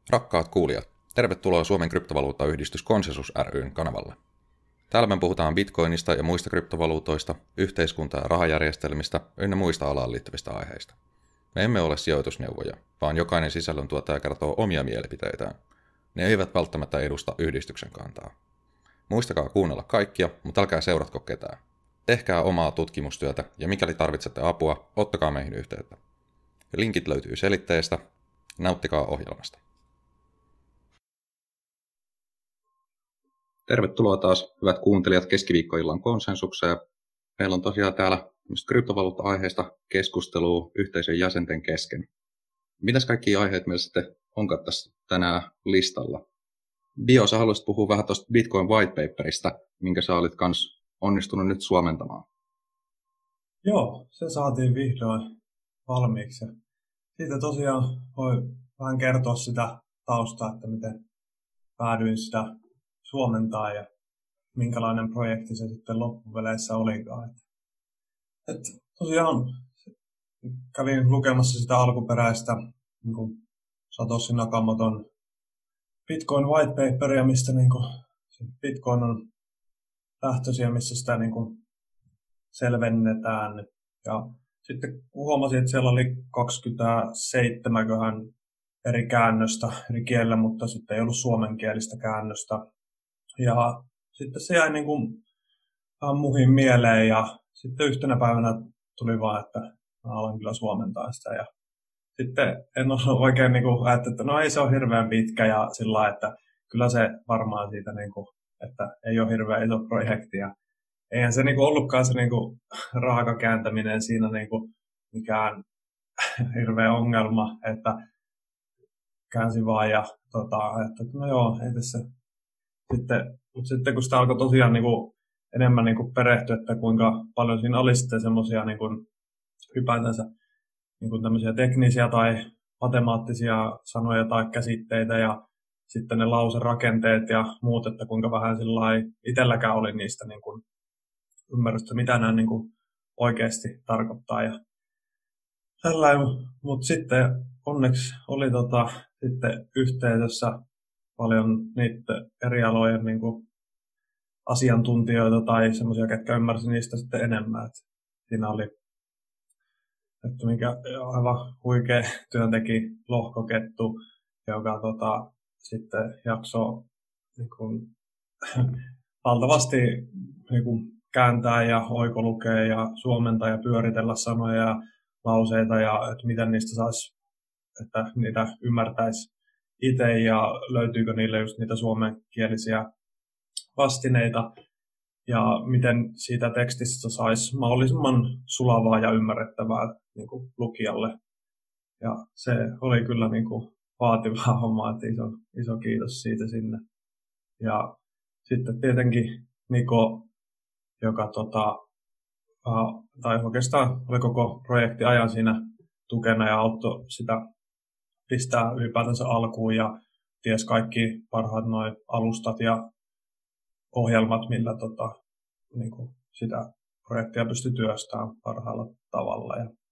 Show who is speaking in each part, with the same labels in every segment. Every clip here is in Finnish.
Speaker 1: Rakkaat kuulijat, tervetuloa Suomen kryptovaluuttayhdistys Consensus ry:n kanavalle. Täällä me puhutaan bitcoinista ja muista kryptovaluutoista, yhteiskunta- ja rahajärjestelmistä ynnä muista alaan liittyvistä aiheista. Me emme ole sijoitusneuvoja, vaan jokainen sisällöntuottaja kertoo omia mielipiteitään. Ne eivät välttämättä edusta yhdistyksen kantaa. Muistakaa kuunnella kaikkia, mutta älkää seuratko ketään. Tehkää omaa tutkimustyötä ja mikäli tarvitsette apua, ottakaa meihin yhteyttä. Linkit löytyy selitteestä. Nauttikaa ohjelmasta. Tervetuloa taas, hyvät kuuntelijat, keskiviikkoillan konsensukseen. Meillä on tosiaan täällä kryptovaluutta-aiheesta keskustelua yhteisön jäsenten kesken. Mitäs kaikki aiheet meillä sitten onkaan tässä tänään listalla? Bio, sä haluaisit puhua vähän tuosta Bitcoin whitepaperista, minkä sä olit kans onnistunut nyt suomentamaan.
Speaker 2: Joo, se saatiin vihdoin valmiiksi. Siitä tosiaan voi vähän kertoa sitä taustaa, että miten päädyin sitä suomentaa ja minkälainen projekti se sitten loppupeleissä olikaan. Tosiaan kävin lukemassa sitä alkuperäistä niin kuin Satoshi Nakamoton Bitcoin whitepaperia, mistä niin kuin Bitcoin on lähtöisiä, missä sitä niin kuin selvennetään. Ja sitten huomasin, että siellä oli 27 eri käännöstä eri kielillä, mutta sitten ei ollut suomenkielistä käännöstä. Ja sitten se jäi niin kuin muhin mieleen ja sitten yhtenä päivänä tuli vaan, että mä aloin kyllä suomentaa sitä. Ja sitten en ole oikein niin kuin ajattelin, että no ei se ole hirveän pitkä ja sillä lailla, että kyllä se varmaan siitä, niin kuin, että ei ole hirveän iso projekti. Ja eihän se niinku ollutkaan se niinku raaka kääntäminen siinä niinku mikään hirveä ongelma, että käänsin vaan ja että no joo, ei tässä mutta sitten kun sitä alkoi tosiaan niinku enemmän niinku perehtyä, että kuinka paljon siinä oli sitten semmoisia niinku ylipäätänsä niinku tämmöisiä teknisiä tai matemaattisia sanoja tai käsitteitä ja sitten ne lauserakenteet ja muut, että kuinka vähän sillai itselläkään oli niistä niinku ymmärrystä, mitä nämä niin kuin oikeasti tarkoittaa. Ja mutta sitten onneksi oli sitten yhteisössä paljon niitä eri alojen niin kuin asiantuntijoita tai semmoisia, ketkä ymmärsivät niistä sitten enemmän. Et siinä oli, että mikä aivan huikea työntekijä Lohkokettu, joka sitten jaksoi niin kuin, valtavasti niin kuin kääntää ja oikolukea ja suomentaa ja pyöritellä sanoja ja lauseita ja että miten niistä saisi, että niitä ymmärtäisi itse ja löytyykö niille just niitä suomenkielisiä vastineita ja miten siitä tekstistä saisi mahdollisimman sulavaa ja ymmärrettävää niin kuin lukijalle. Ja se oli kyllä niin kuin vaativaa hommaa, että iso kiitos siitä sinne. Ja sitten tietenkin Niko, joka tai oikeastaan oli koko projekti ajan siinä tukena ja auttoi sitä pistää ylipäätänsä alkuun ja ties kaikki parhaat noin alustat ja ohjelmat, millä niin kuin sitä projektia pystyi työstämään parhaalla tavalla.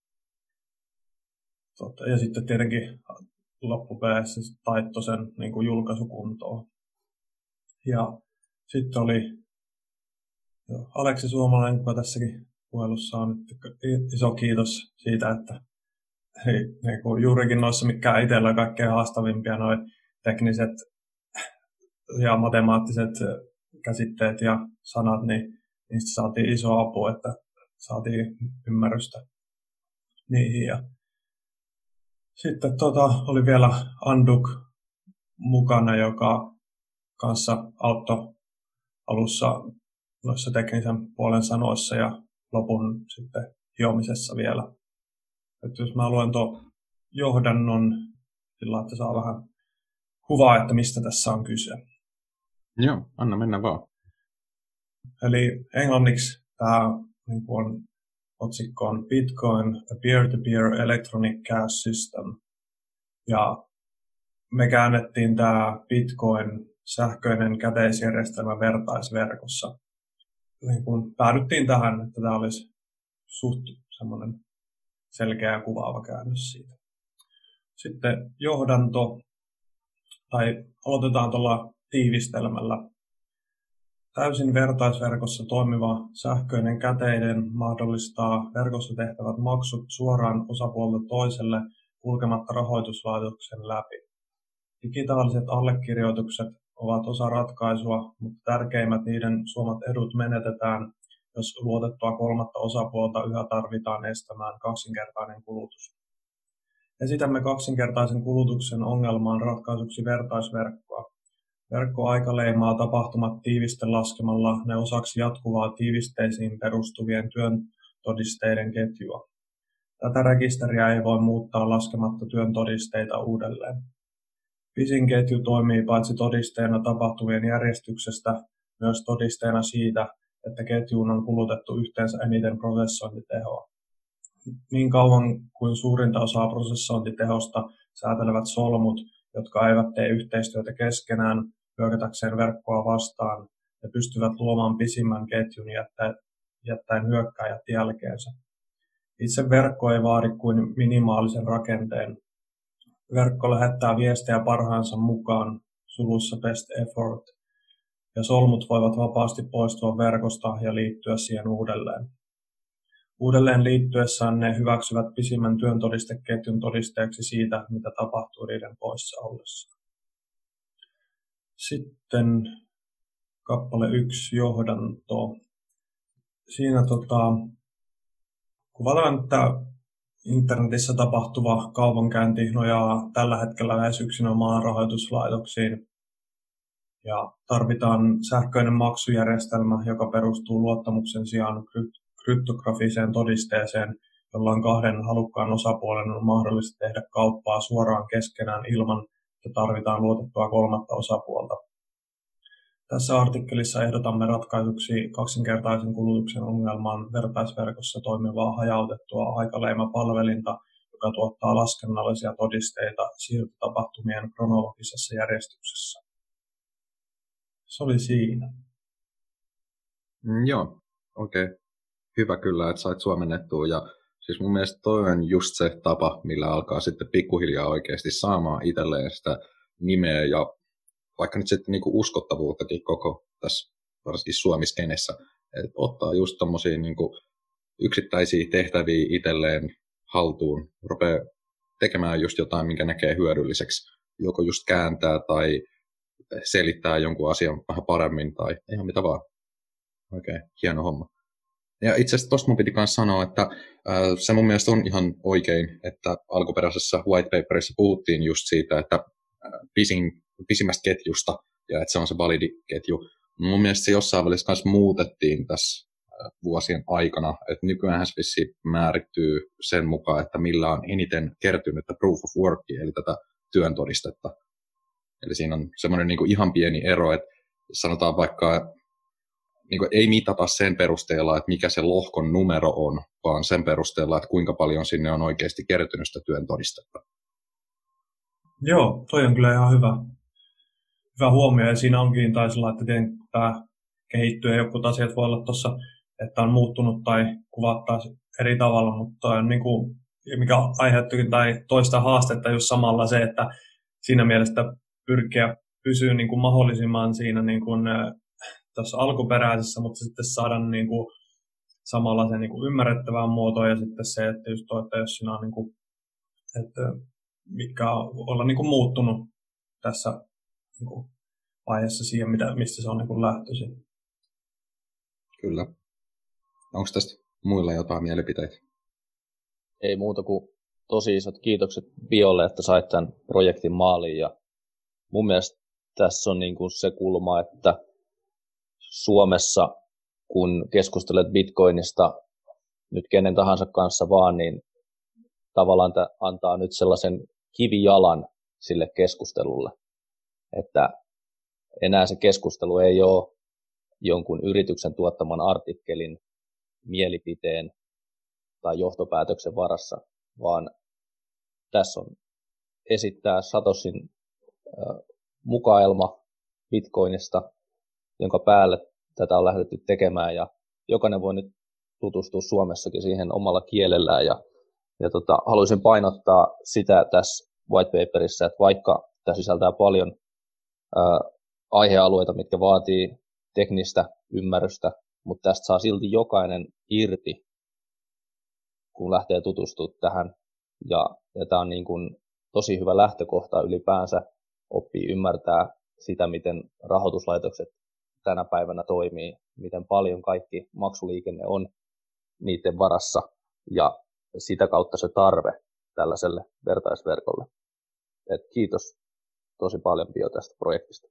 Speaker 2: Ja sitten tietenkin loppupeleissä taittoi sen niin kuin julkaisukuntoon. Ja sitten oli Aleksi Suomalainen, joka tässäkin puhelussa on. Iso kiitos siitä, että niin juurikin noissa, mitkä itsellä on kaikkein haastavimpia, noin tekniset ja matemaattiset käsitteet ja sanat, niin niistä saatiin iso apu, että saatiin ymmärrystä niihin. Ja sitten oli vielä Anduk mukana, joka kanssa auttoi alussa noissa teknisen puolen sanoissa ja lopun sitten hiomisessa vielä. Että jos mä luen tuon johdannon, sillä että saa vähän kuvaa, että mistä tässä on kyse.
Speaker 1: Joo, anna mennä vaan.
Speaker 2: Eli englanniksi tämä niin on otsikko on Bitcoin, a peer-to-peer electronic cash system. Ja me käännettiin tämä Bitcoin sähköinen käteisjärjestelmä vertaisverkossa. Niin kun päädyttiin tähän, että tämä olisi suht semmoinen selkeä ja kuvaava käännös siitä. Sitten johdanto. tai aloitetaan tuolla tiivistelmällä. Täysin vertaisverkossa toimiva sähköinen käteinen mahdollistaa verkossa tehtävät maksut suoraan osapuolelta toiselle kulkematta rahoituslaitoksen läpi. Digitaaliset allekirjoitukset ovat osa ratkaisua, mutta tärkeimmät niiden suomat edut menetetään, jos luotettua kolmatta osapuolta yhä tarvitaan estämään kaksinkertainen kulutus. Esitämme kaksinkertaisen kulutuksen ongelmaan ratkaisuksi vertaisverkkoa. Verkkoaikaleimaa tapahtumat tiiviste laskemalla ne osaksi jatkuvaa tiivisteisiin perustuvien työntodisteiden ketjua. Tätä rekisteriä ei voi muuttaa laskematta työntodisteita uudelleen. Pisin ketju toimii paitsi todisteena tapahtuvien järjestyksestä, myös todisteena siitä, että ketjuun on kulutettu yhteensä eniten prosessointitehoa. Niin kauan kuin suurinta osaa prosessointitehosta säätelevät solmut, jotka eivät tee yhteistyötä keskenään hyökätäkseen verkkoa vastaan, ne pystyvät luomaan pisimmän ketjun jättäen hyökkääjät jälkeensä. Itse verkko ei vaadi kuin minimaalisen rakenteen. Verkko lähettää viestejä parhaansa mukaan, suluissa best effort, ja solmut voivat vapaasti poistua verkosta ja liittyä siihen uudelleen. Uudelleen liittyessään ne hyväksyvät pisimmän työntodisteketjun todisteeksi siitä, mitä tapahtuu niiden poissa ollessa. Sitten kappale 1, johdanto. Siinä kuvataan, että internetissä tapahtuva kaupankäynti nojaa tällä hetkellä lähes yksinomaan rahoituslaitoksiin. Ja tarvitaan sähköinen maksujärjestelmä, joka perustuu luottamuksen sijaan kryptografiseen todisteeseen, jolloin kahden halukkaan osapuolen on mahdollista tehdä kauppaa suoraan keskenään ilman, että tarvitaan luotettua kolmatta osapuolta. Tässä artikkelissa ehdotamme ratkaisuksi kaksinkertaisen kulutuksen ongelmaan vertaisverkossa toimivaa hajautettua aikaleimapalvelinta, joka tuottaa laskennallisia todisteita siirtotapahtumien kronologisessa järjestyksessä. Se oli siinä.
Speaker 1: Joo, okei. Hyvä kyllä, että sait suomennettua. Ja siis mun mielestä toi on just se tapa, millä alkaa sitten pikkuhiljaa oikeasti saamaan itselleen sitä nimeä ja vaikka nyt sitten niinku uskottavuuttakin koko tässä varsinkin Suomi-skenessä, että ottaa just tommosia niinku yksittäisiä tehtäviä itselleen haltuun, rupeaa tekemään just jotain, minkä näkee hyödylliseksi, joko just kääntää tai selittää jonkun asian vähän paremmin tai ihan mitä vaan. Oikein hieno homma. Ja itse asiassa tosta mun piti myös sanoa, että se mun mielestä on ihan oikein, että alkuperäisessä white paperissa puhuttiin just siitä, että pisimmästä ketjusta ja että se on se validi ketju. Mun mielestä se jossain välissä myös muutettiin tässä vuosien aikana, että nykyään se vissiin määrittyy sen mukaan, että millä on eniten kertynyttä proof of workia, eli tätä työn todistetta. Eli siinä on semmoinen niin kuin ihan pieni ero, että sanotaan vaikka niin kuin ei mitata sen perusteella, että mikä se lohkon numero on, vaan sen perusteella, että kuinka paljon sinne on oikeasti kertynyt sitä työn todistetta.
Speaker 2: Joo, toi on kyllä ihan hyvä huomio, ja siinä onkin taisella, että tämä kehittyy, ja jotkut asiat voi olla tuossa, että on muuttunut tai kuvattaa eri tavalla, mutta on niin kuin, mikä aiheuttikin tai toista haastetta just samalla se, että siinä mielessä pyrkiä pysyä niin kuin mahdollisimman siinä niin kuin tuossa alkuperäisessä, mutta sitten saada niin kuin samalla se niin kuin ymmärrettävään muotoon, ja sitten se, että just toi, että jos siinä on niin kuin, että mikä olla niin kuin muuttunut tässä niin kuin vaiheessa siihen, mistä se on niin kuin lähtöisin.
Speaker 1: Kyllä. Onko tästä muilla jotain mielipiteitä?
Speaker 3: Ei muuta kuin tosi isot kiitokset Biolle, että sait tämän projektin maaliin. Ja mun mielestä tässä on niin kuin se kulma, että Suomessa, kun keskustelet Bitcoinista nyt kenen tahansa kanssa vaan, niin tavallaan antaa nyt sellaisen kivijalan sille keskustelulle, että enää se keskustelu ei ole jonkun yrityksen tuottaman artikkelin, mielipiteen tai johtopäätöksen varassa, vaan tässä on esittää Satoshin mukaelma Bitcoinista, jonka päälle tätä on lähdetty tekemään, ja jokainen voi nyt tutustua Suomessakin siihen omalla kielellään, ja haluaisin painottaa sitä tässä white paperissa, että vaikka Tämä sisältää paljon aihealueita, mitkä vaatii teknistä ymmärrystä, mutta tästä saa silti jokainen irti, kun lähtee tutustumaan tähän. Ja tämä on niin kuin tosi hyvä lähtökohta ylipäänsä oppii ymmärtää sitä, miten rahoituslaitokset tänä päivänä toimii, miten paljon kaikki maksuliikenne on niiden varassa ja sitä kautta se tarve tällaiselle vertaisverkolle. Et kiitos tosi paljon Bio tästä projektista.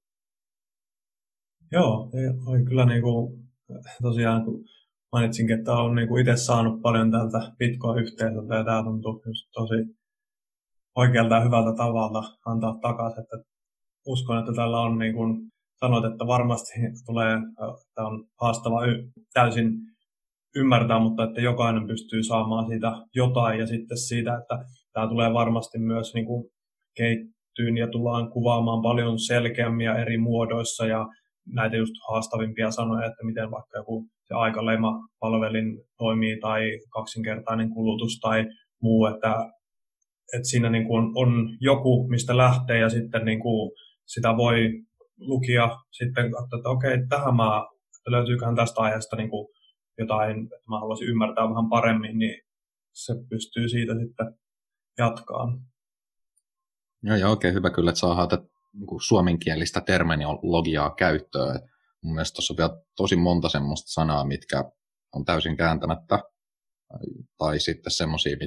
Speaker 2: Joo, oli kyllä niinku, tosiaan kun mainitsinkin, että olen niinku itse saanut paljon tältä Bitcoin-yhteisöltä ja tämä tuntuu just tosi oikealta ja hyvältä tavalla antaa takaisin. Että uskon, että tällä on niin kuin sanoit, että varmasti tulee, tämä on haastava täysin ymmärtää, mutta että jokainen pystyy saamaan siitä jotain ja sitten siitä, että tämä tulee varmasti myös niin kuin kehittyyn ja tullaan kuvaamaan paljon selkeämmin ja eri muodoissa ja näitä just haastavimpia sanoja, että miten vaikka joku se aikaleima-palvelin toimii tai kaksinkertainen kulutus tai muu, että siinä niin kuin on joku, mistä lähtee ja sitten niin kuin sitä voi lukija sitten katsoa, että okei, löytyyköhän tästä aiheesta niin kuin jotain, että mä haluaisin ymmärtää vähän paremmin, niin se pystyy siitä sitten jatkaan.
Speaker 1: Joo, ja oikein hyvä kyllä, että saadaan tätä niin suomenkielistä terminologiaa käyttöön. Mun mielestä tuossa on vielä tosi monta semmoista sanaa, mitkä on täysin kääntämättä, tai sitten semmoisia,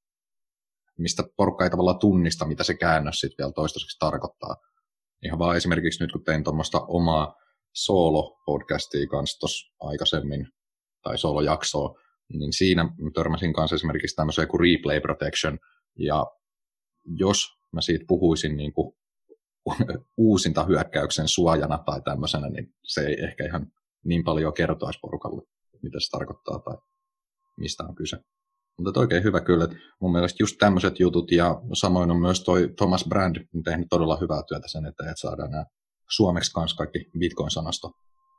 Speaker 1: mistä porukka ei tavallaan tunnista, mitä se käännös sitten vielä toistaiseksi tarkoittaa. Ihan vaan esimerkiksi nyt, kun tein tuommoista omaa solo-podcastia kanssa tuossa aikaisemmin, tai solo-jaksoa, niin siinä törmäsin kanssa esimerkiksi tämmöiseen kuin replay protection, ja jos mä siitä puhuisin niin kuin uusinta hyökkäyksen suojana tai tämmöisenä, niin se ei ehkä ihan niin paljon kertoisi porukalle, mitä se tarkoittaa tai mistä on kyse. Mutta oikein hyvä kyllä, että mun mielestä just tämmöiset jutut ja samoin on myös toi Thomas Brand tehnyt todella hyvää työtä sen eteen, että saadaan nämä suomeksi kanssa kaikki Bitcoin-sanasto.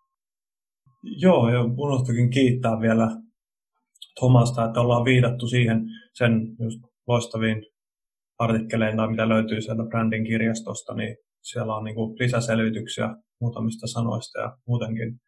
Speaker 2: Joo, ja unohtuikin kiittää vielä Thomasta, että ollaan viitattu siihen sen just loistaviin artikkeleihin tai mitä löytyy sieltä Brandin kirjastosta, niin siellä on niinku lisäselvityksiä muutamista sanoista ja muutenkin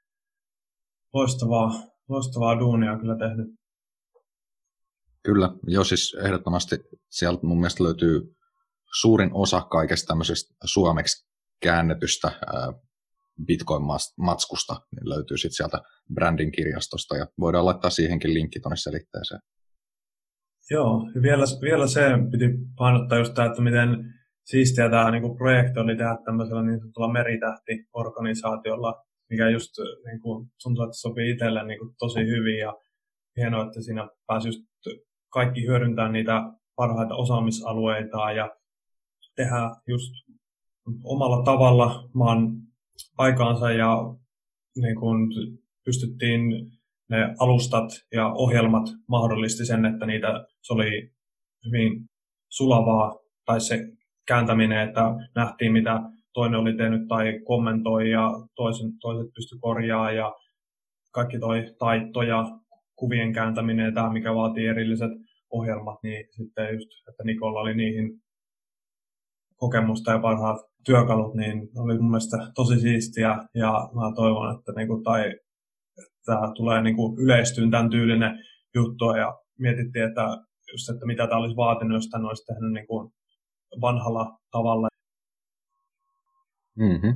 Speaker 2: loistavaa duunia kyllä tehnyt.
Speaker 1: Kyllä, joo siis ehdottomasti sieltä mun mielestä löytyy suurin osa kaikesta tämmöisestä suomeksi käännetystä Bitcoin-matskusta, niin löytyy sitten sieltä Brandin kirjastosta ja voidaan laittaa siihenkin linkki tuonne selitteeseen.
Speaker 2: Joo, ja vielä se piti painottaa just tämä, että miten siistiä tämä niinku projekti oli tehdä tämmöisellä niin sanotulla meritähti-organisaatiolla, mikä just niinku, tuntuu, että sopii itselle niinku, tosi hyvin ja hienoa, että siinä pääsi just kaikki hyödyntämään niitä parhaita osaamisalueita ja tehdä just omalla tavalla maan aikaansa ja niin kun pystyttiin ne alustat ja ohjelmat mahdollisti sen, että se oli hyvin sulavaa tai se kääntäminen, että nähtiin mitä toinen oli tehnyt tai kommentoi ja toiset pystyi korjaamaan ja kaikki toi taitto ja kuvien kääntäminen ja tämä, mikä vaatii erilliset ohjelmat, niin sitten just, että Nikolla oli niihin kokemusta ja parhaat työkalut, niin oli mun mielestä tosi siistiä ja mä toivon, että tämä tulee yleistyyn tämän tyylinen juttu ja mietittiin, että mitä tämä olisi vaatinut, jos tämän olisi tehnyt vanhalla tavalla.
Speaker 1: Mm-hmm.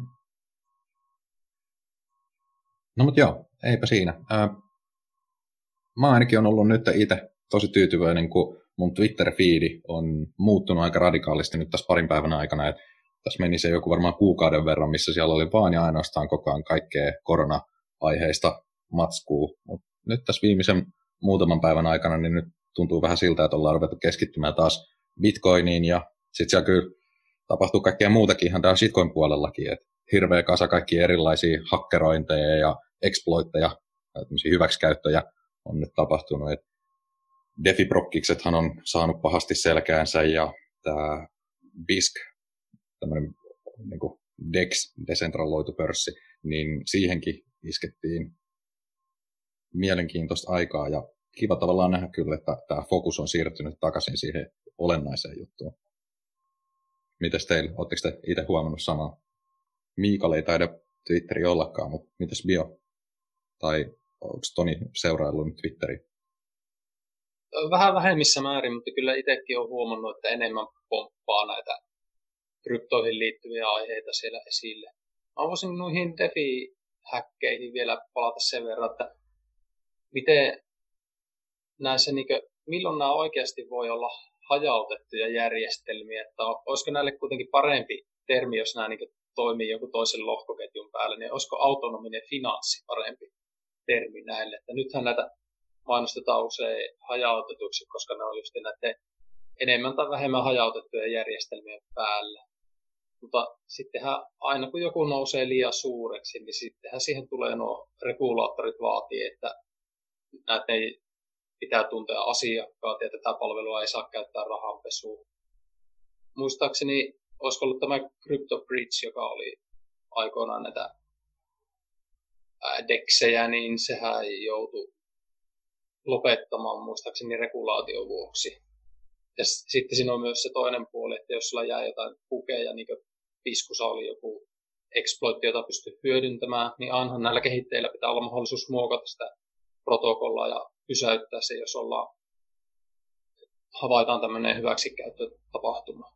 Speaker 1: No mutta joo, eipä siinä. Mä ainakin on ollut nyt itse tosi tyytyväinen, kun mun Twitter-fiidi on muuttunut aika radikaalisti nyt tässä parin päivän aikana. Et tässä meni se joku varmaan kuukauden verran, missä siellä oli vaan ja ainoastaan koko ajan kaikkea korona-aiheista matskua. Mut nyt tässä viimeisen muutaman päivän aikana niin nyt tuntuu vähän siltä, että ollaan ruvettu keskittymään taas Bitcoiniin ja sitten siellä kyllä tapahtuu kaikkea muutakin ihan täällä shitcoin puolellakin. Et hirveä kasa kaikkia erilaisia hakkerointeja ja exploitteja, tämmöisiä hyväksikäyttöjä on nyt tapahtunut. Et DeFi-prokkiksethan on saanut pahasti selkäänsä ja tämä BISC, tämmöinen niin kuin DEX, desentraloitu pörssi, niin siihenkin iskettiin mielenkiintoista aikaa ja kiva tavallaan nähdä kyllä, että tämä fokus on siirtynyt takaisin siihen olennaiseen juttuun. Mites teillä? Oletteko te itse huomannut samaa? Miikalle ei taida Twitteri ollakaan, mutta mitäs Bio? Tai onko Toni seuraillut Twitteriä?
Speaker 4: Vähän vähemmissä määrin, mutta kyllä itsekin olen huomannut, että enemmän pomppaa näitä kryptoihin liittyviä aiheita siellä esille. Mä voisin noihin DeFi-häkkeihin vielä palata sen verran, että miten näissä, milloin nämä oikeasti voi olla hajautettuja järjestelmiä, että olisiko näille kuitenkin parempi termi, jos nämä toimii jonkun toisen lohkoketjun päällä, niin olisiko autonominen finanssi parempi termi näille, että nythän näitä mainostetaan usein hajautetuksi, koska ne on just näiden enemmän tai vähemmän hajautettuja järjestelmien päällä. Mutta sittenhän aina kun joku nousee liian suureksi, niin sittenhän siihen tulee nuo regulaattorit vaatii, että näiden pitää tuntea asiakkaat ja tätä palvelua ei saa käyttää rahanpesuun. Muistaakseni olisiko ollut tämä Crypto Bridge, joka oli aikoinaan näitä DEXejä, niin sehän joutui lopettamaan muistaakseni regulaation vuoksi. Ja sitten siinä on myös se toinen puoli, että jos sulla jää jotain pukeja, niin kuin Piskussa oli joku exploitti, jota pystyy hyödyntämään, niin ainahan näillä kehittäjillä pitää olla mahdollisuus muokata sitä protokollaa ja pysäyttää se, jos havaitaan tämmöinen hyväksikäyttötapahtuma.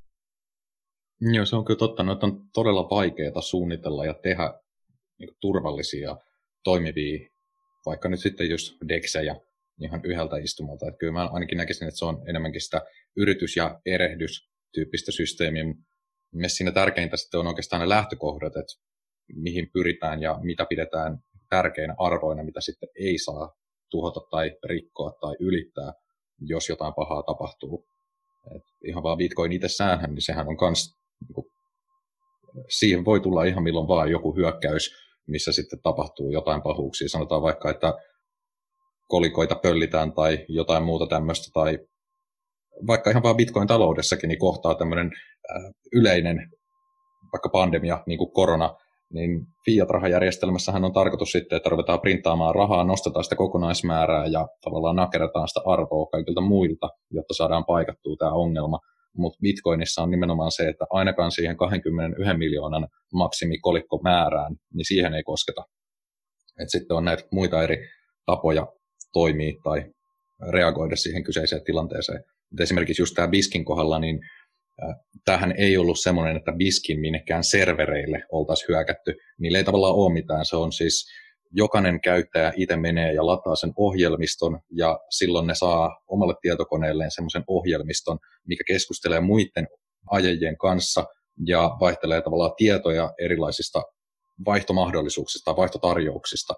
Speaker 1: Joo, se on kyllä totta. Noita on todella vaikeaa suunnitella ja tehdä niin kuin turvallisia, toimivia, vaikka nyt sitten just DEXejä ihan yhdeltä istumalta. Että kyllä mä ainakin näkisin, että se on enemmänkin sitä yritys- ja erehdystyyppistä systeemiä. Mielestäni siinä tärkeintä sitten on oikeastaan ne lähtökohdat, että mihin pyritään ja mitä pidetään tärkeinä arvoina, mitä sitten ei saa tuhota tai rikkoa tai ylittää, jos jotain pahaa tapahtuu. Et ihan vaan Bitcoin itsessäänhän, niin sehän on kans, niin siihen voi tulla ihan milloin vaan joku hyökkäys, missä sitten tapahtuu jotain pahuuksia. Sanotaan vaikka, että kolikoita pöllitään tai jotain muuta tämmöistä, tai vaikka ihan vaan Bitcoin-taloudessakin niin kohtaa tämmöinen yleinen vaikka pandemia, niin kuin korona, niin fiat-rahajärjestelmässähän on tarkoitus sitten, että ruvetaan printtaamaan rahaa, nostetaan sitä kokonaismäärää ja tavallaan nakerretaan sitä arvoa kaikilta muilta, jotta saadaan paikattua tämä ongelma. Mutta Bitcoinissa on nimenomaan se, että ainakaan siihen 21 miljoonan maksimikolikkomäärään, niin siihen ei kosketa. Et sitten on näitä muita eri tapoja toimia tai reagoida siihen kyseiseen tilanteeseen. Et esimerkiksi just tämä BISKin kohdalla, niin tämähän ei ollut semmoinen, että BISKin minnekään servereille oltaisiin hyökätty. Niillä ei tavallaan ole mitään. Se on siis jokainen käyttäjä itse menee ja lataa sen ohjelmiston, ja silloin ne saa omalle tietokoneelleen semmoisen ohjelmiston, mikä keskustelee muiden ajajien kanssa ja vaihtelee tavallaan tietoja erilaisista vaihtomahdollisuuksista, vaihtotarjouksista.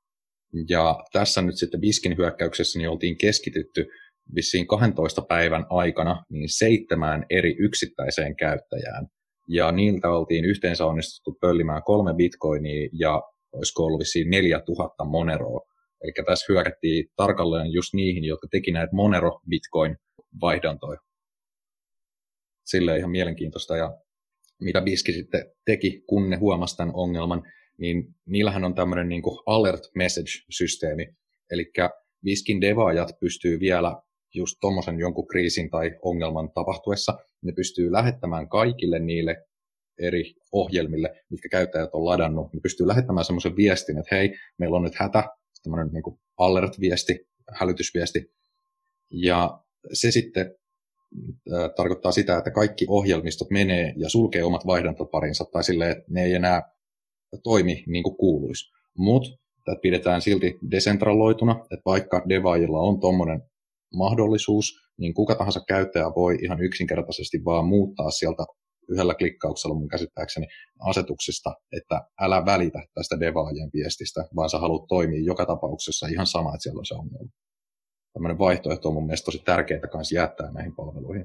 Speaker 1: Ja tässä nyt sitten BISKin hyökkäyksessä niin oltiin keskitytty vissiin 12 päivän aikana niin 7 eri yksittäiseen käyttäjään. Ja niiltä oltiin yhteensä onnistuttu pöllimään 3 bitcoinia ja olisiko ollut vissiin 4000 Moneroa. Eli tässä hyökättiin tarkalleen just niihin, jotka teki näitä Monero-bitcoin-vaihdantoja. Silleen ihan mielenkiintoista. Ja mitä BISK sitten teki, kun ne huomasi tämän ongelman, niin niillähän on tämmöinen niin kuin alert message-systeemi. Eli BISKin devaajat pystyy vielä just tuommoisen jonkun kriisin tai ongelman tapahtuessa, ne pystyy lähettämään kaikille niille eri ohjelmille, mitkä käyttäjät on ladannut, ne pystyy lähettämään semmoisen viestin, että hei, meillä on nyt hätä, tämmöinen niin kuin alert-viesti, hälytysviesti, ja se sitten tarkoittaa sitä, että kaikki ohjelmistot menee ja sulkee omat vaihdantoparinsa, tai silleen, että ne ei enää toimi niin kuin kuuluisi. Mutta tätä pidetään silti desentraloituna, että vaikka devaajilla on tuommoinen mahdollisuus, niin kuka tahansa käyttäjä voi ihan yksinkertaisesti vaan muuttaa sieltä yhdellä klikkauksella mun käsittääkseni asetuksista, että älä välitä tästä devaajien viestistä, vaan sä haluat toimia joka tapauksessa ihan sama, että siellä on se ongelma. Tämmöinen vaihtoehto on mun mielestä tosi tärkeää kanssa jättää näihin palveluihin.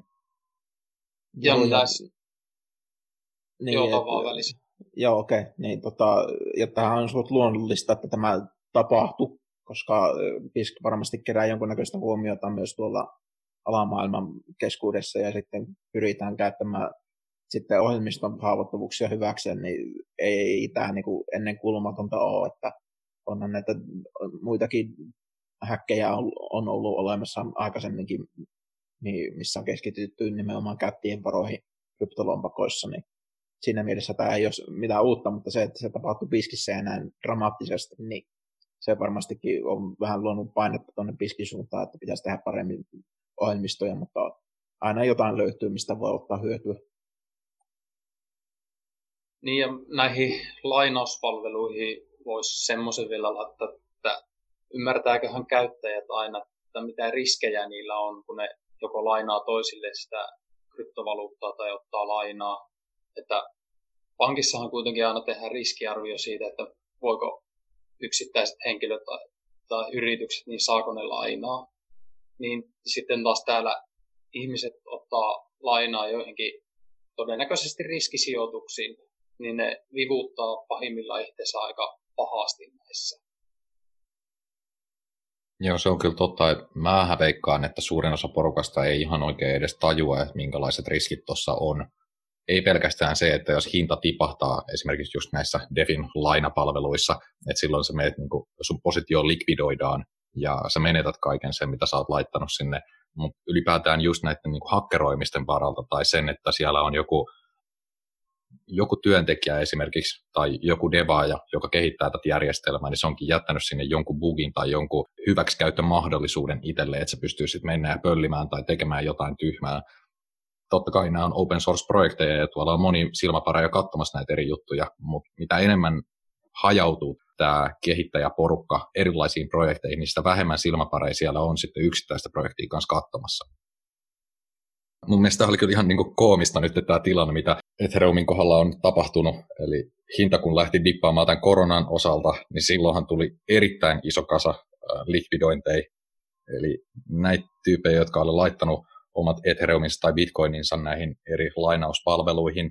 Speaker 4: Ja
Speaker 5: niin,
Speaker 4: joo, vaan välissä.
Speaker 5: Joo, okei. Okay. Niin, ja tämähän on suht luonnollista, että tämä tapahtuu, koska BISK varmasti kerää jonkunnäköistä huomiota myös tuolla alamaailman keskuudessa, ja sitten pyritään käyttämään sitten ohjelmiston haavoittuvuuksia hyväkseen, niin ei tämä niinku ennen kulmatonta ole, että onhan näitä muitakin häkkejä on ollut olemassa aikaisemminkin, missä on keskitytty nimenomaan käyttäjien varoihin kryptolompakoissa, niin siinä mielessä tämä ei ole mitään uutta, mutta se, että se tapahtui Biskissä ja näin dramaattisesti, niin se varmastikin on vähän luonut painetta tuonne Biskin suuntaan, että pitäisi tehdä paremmin ohjelmistoja, mutta aina jotain löytyy, mistä voi ottaa hyötyä.
Speaker 4: Niin ja näihin lainauspalveluihin voisi semmoisen vielä laittaa, että ymmärtääköhän käyttäjät aina, että mitä riskejä niillä on, kun ne joko lainaa toisille sitä kryptovaluuttaa tai ottaa lainaa. Että pankissahan kuitenkin aina tehdään riskiarvio siitä, että voiko yksittäiset henkilöt tai yritykset, niin saako ne lainaa. Niin sitten taas täällä ihmiset ottaa lainaa joihinkin todennäköisesti riskisijoituksiin, niin ne vivuttaa pahimmillaan itseensä aika pahasti näissä.
Speaker 1: Joo, se on kyllä totta, että mä veikkaan, että suurin osa porukasta ei ihan oikein edes tajua, että minkälaiset riskit tuossa on. Ei pelkästään se, että jos hinta tipahtaa esimerkiksi just näissä DeFin lainapalveluissa, että silloin se menet, niin sun positio likvidoidaan ja sä menetät kaiken sen, mitä sä oot laittanut sinne, mutta ylipäätään just näiden niin hakkeroimisten varalta tai sen, että siellä on joku työntekijä esimerkiksi tai joku devaaja, joka kehittää tätä järjestelmää, niin se onkin jättänyt sinne jonkun bugin tai jonkun hyväksikäyttömahdollisuuden itselle, että se pystyy sitten mennä ja pöllimään tai tekemään jotain tyhmää. Totta kai nämä on open source-projekteja ja tuolla on moni silmäpareja katsomassa näitä eri juttuja, mutta mitä enemmän hajautuu tämä kehittäjäporukka erilaisiin projekteihin, niin sitä vähemmän silmäpareja siellä on sitten yksittäistä projektia kanssa katsomassa. Mun mielestä tämä oli kyllä ihan niin kuin koomista nyt tämä tilanne, mitä Ethereumin kohdalla on tapahtunut. Eli hinta kun lähti dippaamaan tämän koronan osalta, niin silloinhan tuli erittäin iso kasa likvidointeja. Eli näitä tyyppejä, jotka oli laittanut omat Ethereuminsa tai Bitcoininsa näihin eri lainauspalveluihin,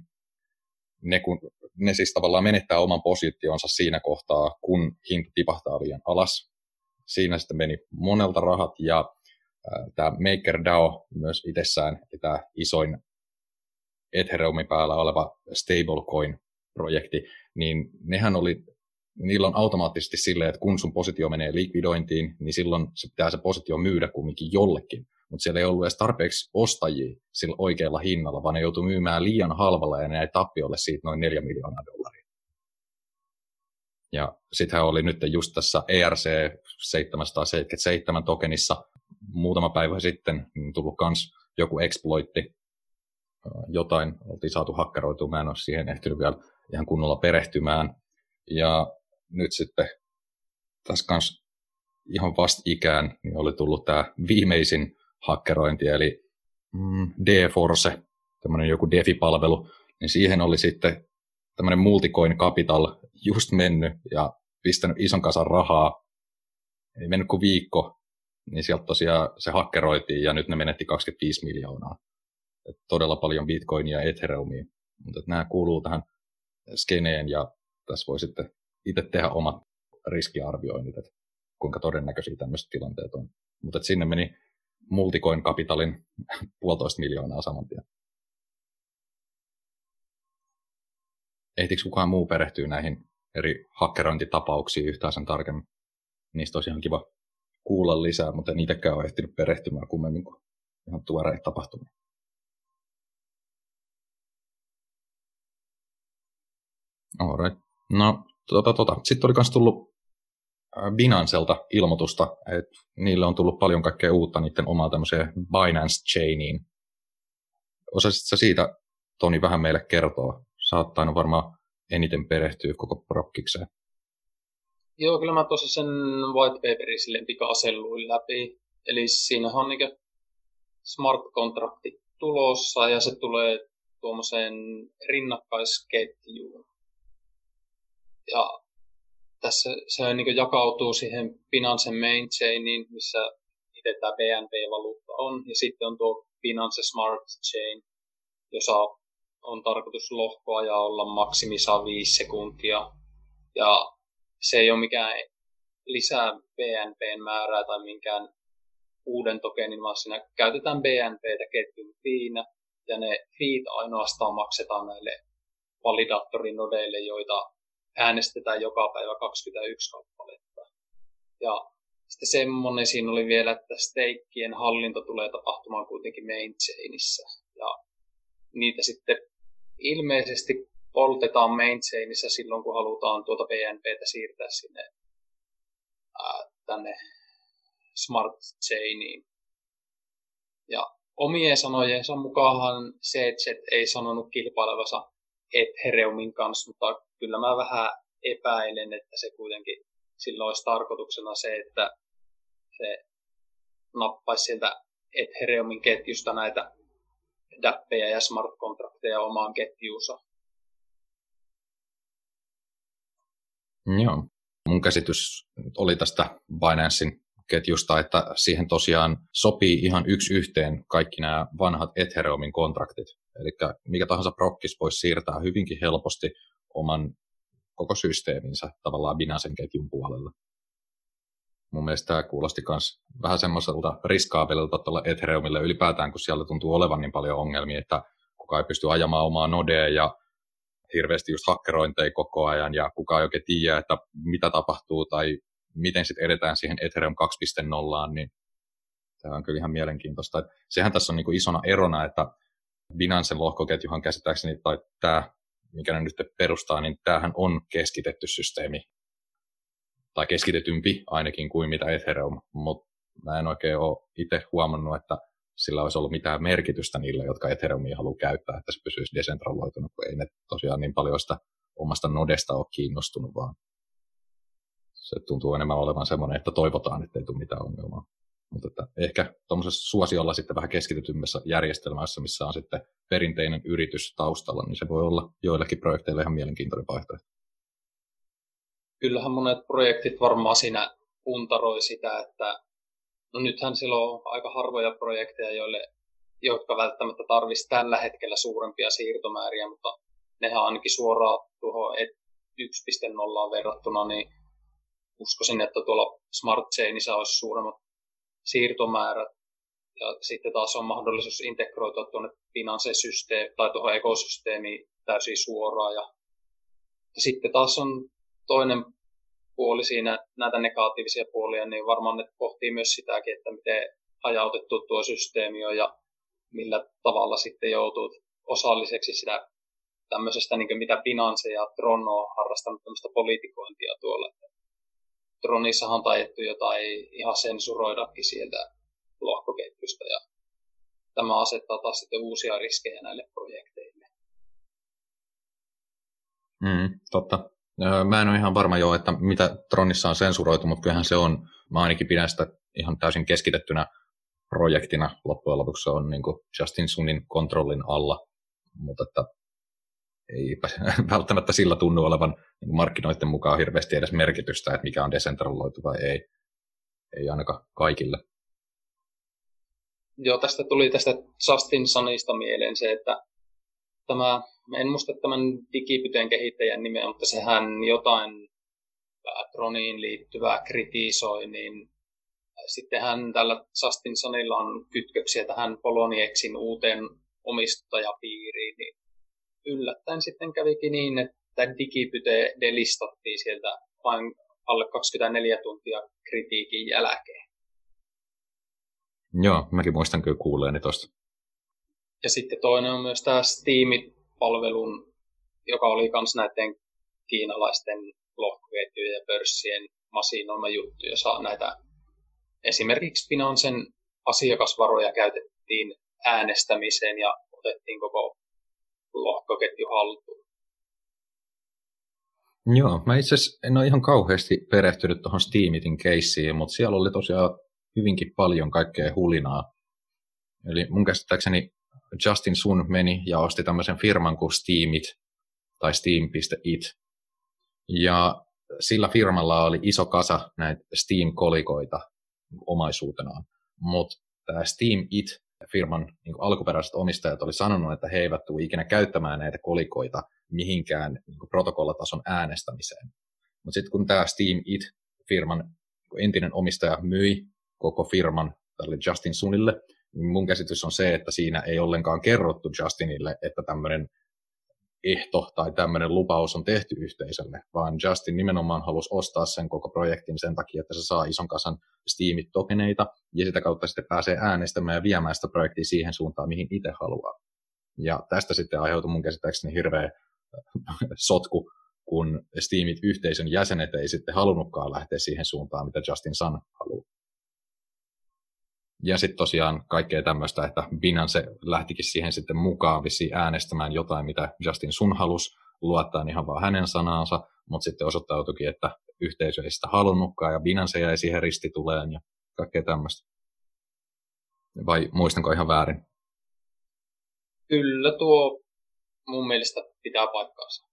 Speaker 1: ne siis tavallaan menettää oman positionsa siinä kohtaa, kun hinta tipahtaa liian alas. Siinä sitten meni monelta rahat ja tämä MakerDAO myös itsessään, tämä isoin Ethereumin päällä oleva stablecoin-projekti, niin niillä on automaattisesti silleen, että kun sun positio menee likvidointiin, niin silloin se pitää se positio myydä kumminkin jollekin. Mutta siellä ei ollut edes tarpeeksi ostajia sillä oikealla hinnalla, vaan ne joutui myymään liian halvalla ja ne jäi tappiolle siitä noin $4 miljoonaa. Ja sittenhän oli nyt just tässä ERC-777 tokenissa muutama päivä sitten tullut kans joku exploitti. Jotain oltiin saatu hakkeroitua, mä en ole siihen ehtinyt vielä ihan kunnolla perehtymään. Ja nyt sitten tässä kans ihan vastikään niin oli tullut tämä viimeisin hakkerointi, eli DeForce, tämmöinen joku DeFi-palvelu, niin siihen oli sitten tämmöinen Multicoin Capital just mennyt ja pistänyt ison kasan rahaa. Ei mennyt kuin viikko, niin sieltä tosiaan se hakkeroitiin ja nyt ne menetti 25 miljoonaa. Et todella paljon Bitcoinia ja Ethereumia, mutta nämä kuuluu tähän skeneen ja tässä voi sitten itse tehdä omat riskiarvioinnit, että kuinka todennäköisiä tämmöiset tilanteet on. Mutta sinne meni Multicoin Capitalin 1,5 miljoonaa saman tien. Ehtiikö kukaan muu perehtyä näihin eri hakkerointitapauksiin yhtään sen tarkemmin? Niistä olisi ihan kiva kuulla lisää, mutta en itsekään ole ehtinyt perehtymään kummemmin kuin ihan tuoreita tapahtumia. Alright. No, sitten oli myös tullut Binancelta ilmoitusta, että niille on tullut paljon kaikkea uutta niiden omaa tämmöiseen Binance-chainiin. Osaisitko sä siitä, Toni, vähän meille kertoa? Sä oot tainnut varmaan eniten perehtyä koko prokkikseen.
Speaker 4: Joo, kyllä mä tuossa sen white paperin silleen pikaselluin läpi. Eli siinähän on niinku smart-kontrakti tulossa ja se tulee tuommoiseen rinnakkaisketjuun. Ja tässä se niin jakautuu siihen Binancen main chainiin, missä itse tämä BNB-valuutta on. Ja sitten on tuo Binance Smart Chain, jossa on tarkoitus lohkoa ja olla maksimissaan 5 sekuntia. Ja se ei ole mikään lisää BNBn määrää tai minkään uuden tokenin, vaan siinä käytetään BNBtä ketjun fiinä. Ja ne feet ainoastaan maksetaan näille validaattorinodeille, joita äänestetään joka päivä 21 kappaletta. Ja sitten semmoinen siinä oli vielä, että steikkien hallinto tulee tapahtumaan kuitenkin main chainissa. Ja niitä sitten ilmeisesti poltetaan main chainissa silloin, kun halutaan tuota PNPtä siirtää sinne tänne smart chainiin. Ja omien sanojensa mukaan CZ ei sanonut kilpailevansa Ethereumin kanssa, mutta kyllä mä vähän epäilen, että se kuitenkin silloin olisi tarkoituksena se, että se nappaisi sieltä Ethereumin ketjusta näitä dappeja ja smart-kontrakteja omaan ketjuunsa.
Speaker 1: Joo. Mun käsitys oli tästä Binancein ketjusta, että siihen tosiaan sopii ihan yksi yhteen kaikki nämä vanhat Ethereumin kontraktit. Eli mikä tahansa prokkis voisi siirtää hyvinkin helposti oman koko systeeminsä tavallaan Binancen ketjun puolella. Mun mielestä tämä kuulosti myös vähän semmoiselta riskaabelilta tuolla Ethereumille ylipäätään, kun siellä tuntuu olevan niin paljon ongelmia, että kukaan ei pysty ajamaan omaa nodea ja hirveästi just hakkerointeja koko ajan ja kukaan ei oikein tiedä, että mitä tapahtuu tai miten sitten edetään siihen Ethereum 2.0, niin tämä on kyllä ihan mielenkiintoista. Sehän tässä on niinku isona erona, että Binancen lohkoketjuhan käsittääkseni, tai tämä, mikä ne nyt perustaa, niin tämähän on keskitetty systeemi, tai keskitetympi ainakin kuin mitä Ethereum, mutta mä en oikein ole itse huomannut, että sillä olisi ollut mitään merkitystä niille, jotka Ethereumia haluaa käyttää, että se pysyisi desentraloitunut, kun ei ne tosiaan niin paljon sitä omasta nodesta ole kiinnostunut, vaan se tuntuu enemmän olevan semmoinen, että toivotaan, että ei tule mitään ongelmaa. Mutta että ehkä tuollaisessa suosiolla sitten vähän keskitetymmässä järjestelmässä, missä on sitten perinteinen yritys taustalla, niin se voi olla joillekin projekteille ihan mielenkiintoinen vaihtoehto.
Speaker 4: Kyllähän monet projektit varmaan siinä puntaroi sitä, että no nythän siellä on aika harvoja projekteja, jotka välttämättä tarvitsisi tällä hetkellä suurempia siirtomääriä, mutta nehän ainakin suoraan tuohon 1.0 verrattuna, niin uskoisin, että tuolla Smart Chainissa olisi suuremmat siirtomäärät. Ja sitten taas on mahdollisuus integroitua tuonne Binance-systeemiin tai tuohon ekosysteemiin täysin suoraan. Ja sitten taas on toinen puoli siinä, näitä negatiivisia puolia, niin varmaan ne pohtii myös sitäkin, että miten hajautettu tuo systeemi on ja millä tavalla sitten joutuu osalliseksi sitä tämmöisestä, niin mitä Binance ja Tron on harrastanut tämmöistä politikointia tuolla. Tronissahan on taidettu jotain ihan sensuroidakin sieltä lohkoketjusta ja tämä asettaa taas sitten uusia riskejä näille projekteille.
Speaker 1: Totta. Mä en ole ihan varma jo, että mitä Tronissa on sensuroitu, mutta kyllähän se on, mä ainakin pidän sitä ihan täysin keskitettynä projektina. Loppujen lopuksi se on niin kuin Justin Sunin kontrollin alla, mutta että ei välttämättä sillä tunnu olevan niin markkinoiden mukaan hirveästi edes merkitystä, että mikä on desentraloitu vai ei. Ei ainakaan kaikille.
Speaker 4: Joo, tuli tästä Justin Sunista mieleen se, että en muista tämän digipyteen kehittäjän nimeä, mutta sehän jotain Troniin liittyvää kritisoi, niin sitten hän tällä Justin Sunilla on kytköksiä tähän Polonieksin uuteen omistajapiiriin, niin yllättäen sitten kävikin niin, että digipyte delistattiin sieltä vain alle 24 tuntia kritiikin jälkeen.
Speaker 1: Joo, mäkin muistan kyllä kuulleeni tuosta.
Speaker 4: Ja sitten toinen on myös tämä Steam-palvelun, joka oli myös näiden kiinalaisten lohkoketjujen ja pörssien masinoima juttu, jossa näitä esimerkiksi Binancen asiakasvaroja käytettiin äänestämiseen ja otettiin koko lohkoketju haltuun.
Speaker 1: Joo, mä itse asiassa en ole ihan kauheasti perehtynyt tuohon Steamitin keissiin, mutta siellä oli tosiaan hyvinkin paljon kaikkea hulinaa. Eli mun käsittääkseni Justin Sun meni ja osti tämmöisen firman kuin Steamit tai Steam.it. Ja sillä firmalla oli iso kasa näitä Steam-kolikoita omaisuutenaan. Mutta tämä Steam.it-firman niin alkuperäiset omistajat oli sanonut, että he eivät tule ikinä käyttämään näitä kolikoita mihinkään niin protokollatason äänestämiseen. Mutta sitten kun tämä Steam.it-firman entinen omistaja myi koko firman tälle Justin Sunille, niin mun käsitys on se, että siinä ei ollenkaan kerrottu Justinille, että tämmöinen ehto tai tämmöinen lupaus on tehty yhteisölle, vaan Justin nimenomaan halusi ostaa sen koko projektin sen takia, että se saa ison kasan Steam-tokeneita ja sitä kautta sitten pääsee äänestämään ja viemään sitä projektia siihen suuntaan, mihin itse haluaa. Ja tästä sitten aiheutui mun käsittääkseni hirveä sotku, kun Steamin yhteisön jäsenet ei sitten halunnutkaan lähteä siihen suuntaan, mitä Justin Sun haluaa. Ja sitten tosiaan kaikkea tämmöistä, että Binance lähtikin siihen sitten mukaan vissiin äänestämään jotain, mitä Justin Sun halusi, luottaa ihan vaan hänen sanaansa, mutta sitten osoittautuikin, että yhteisö ei sitä halunnutkaan ja Binance jäi siihen ristituleen ja kaikkea tämmöistä. Vai muistanko ihan väärin?
Speaker 4: Kyllä tuo mun mielestä pitää paikkaansa.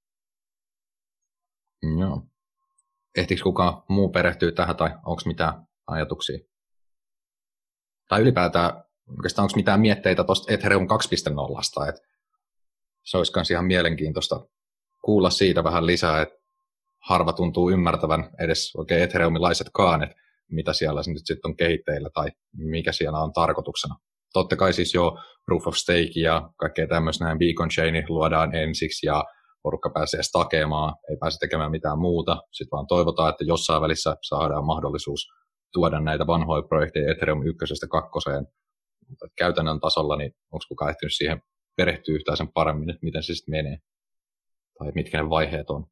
Speaker 1: Joo. Ehtiikö kukaan muu perehtyä tähän tai onko mitään ajatuksia? Tai ylipäätään, oikeastaan onko mitään mietteitä tuosta Ethereum 2.0, että se olisi myös ihan mielenkiintoista kuulla siitä vähän lisää, että harva tuntuu ymmärtävän edes oikein Ethereumilaisetkaan, että mitä siellä nyt sitten on kehitteillä tai mikä siellä on tarkoituksena. Totta kai siis jo Proof of Stake ja kaikkea tämmöistä näin Beacon Chaini luodaan ensiksi ja porukka pääsee stakeamaan, ei pääse tekemään mitään muuta. Sitten vaan toivotaan, että jossain välissä saadaan mahdollisuus tuoda näitä vanhoja projekteja Ethereum 1.2. Mutta käytännön tasolla, niin onko kukaan ehtinyt siihen perehtyä yhtään sen paremmin, että miten se sitten menee? Tai mitkä ne vaiheet on?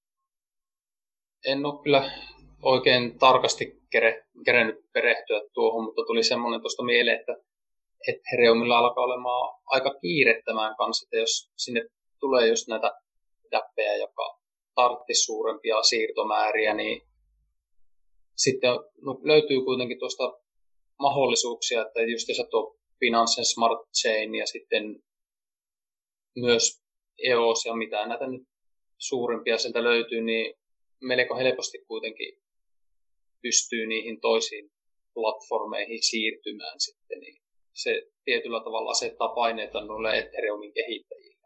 Speaker 4: En ole kyllä oikein tarkasti kerennyt perehtyä tuohon, mutta tuli semmoinen tuosta mieleen, että Ethereumilla alkaa olemaan aika kiirettämään kanssa, että jos sinne tulee just näitä däppejä, joka tarvitsisi suurempia siirtomääriä, niin sitten löytyy kuitenkin tuosta mahdollisuuksia, että just jos tuo Binance Smart Chain ja sitten myös EOS ja mitä näitä nyt suurimpia sieltä löytyy, niin melko helposti kuitenkin pystyy niihin toisiin platformeihin siirtymään sitten, niin se tietyllä tavalla asettaa paineita noille Ethereumin kehittäjille.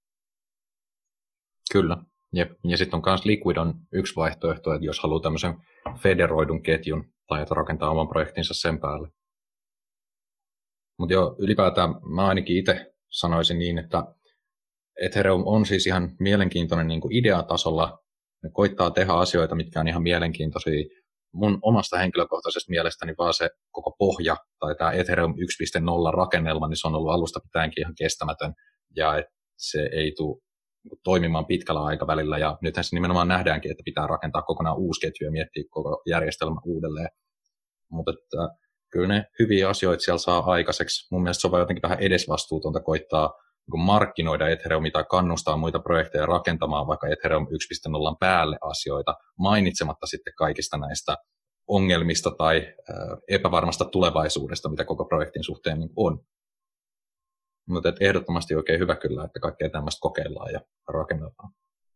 Speaker 1: Kyllä. Jep. Ja sitten on myös Liquid on yksi vaihtoehto, että jos haluaa tämmöisen federoidun ketjun tai että rakentaa oman projektinsa sen päälle. Mutta jo ylipäätään mä ainakin itse sanoisin niin, että Ethereum on siis ihan mielenkiintoinen niin kuin ideatasolla. Ne koittaa tehdä asioita, mitkä on ihan mielenkiintoisia. Mun omasta henkilökohtaisesta mielestäni vaan se koko pohja tai tämä Ethereum 1.0 rakennelma, niin se on ollut alusta pitäenkin ihan kestämätön ja se ei tule toimimaan pitkällä aikavälillä. Ja nythän se nimenomaan nähdäänkin, että pitää rakentaa kokonaan uusi ketju ja miettiä koko järjestelmä uudelleen. Mutta kyllä ne hyviä asioita siellä saa aikaiseksi. Mun mielestä se on jotenkin vähän edesvastuutonta koittaa markkinoida Ethereumia tai kannustaa muita projekteja rakentamaan vaikka Ethereum 1.0 päälle asioita, mainitsematta sitten kaikista näistä ongelmista tai epävarmasta tulevaisuudesta, mitä koko projektin suhteen on. Mutta ehdottomasti oikein hyvä kyllä, että kaikkea tämmöistä kokeillaan ja rakennetaan.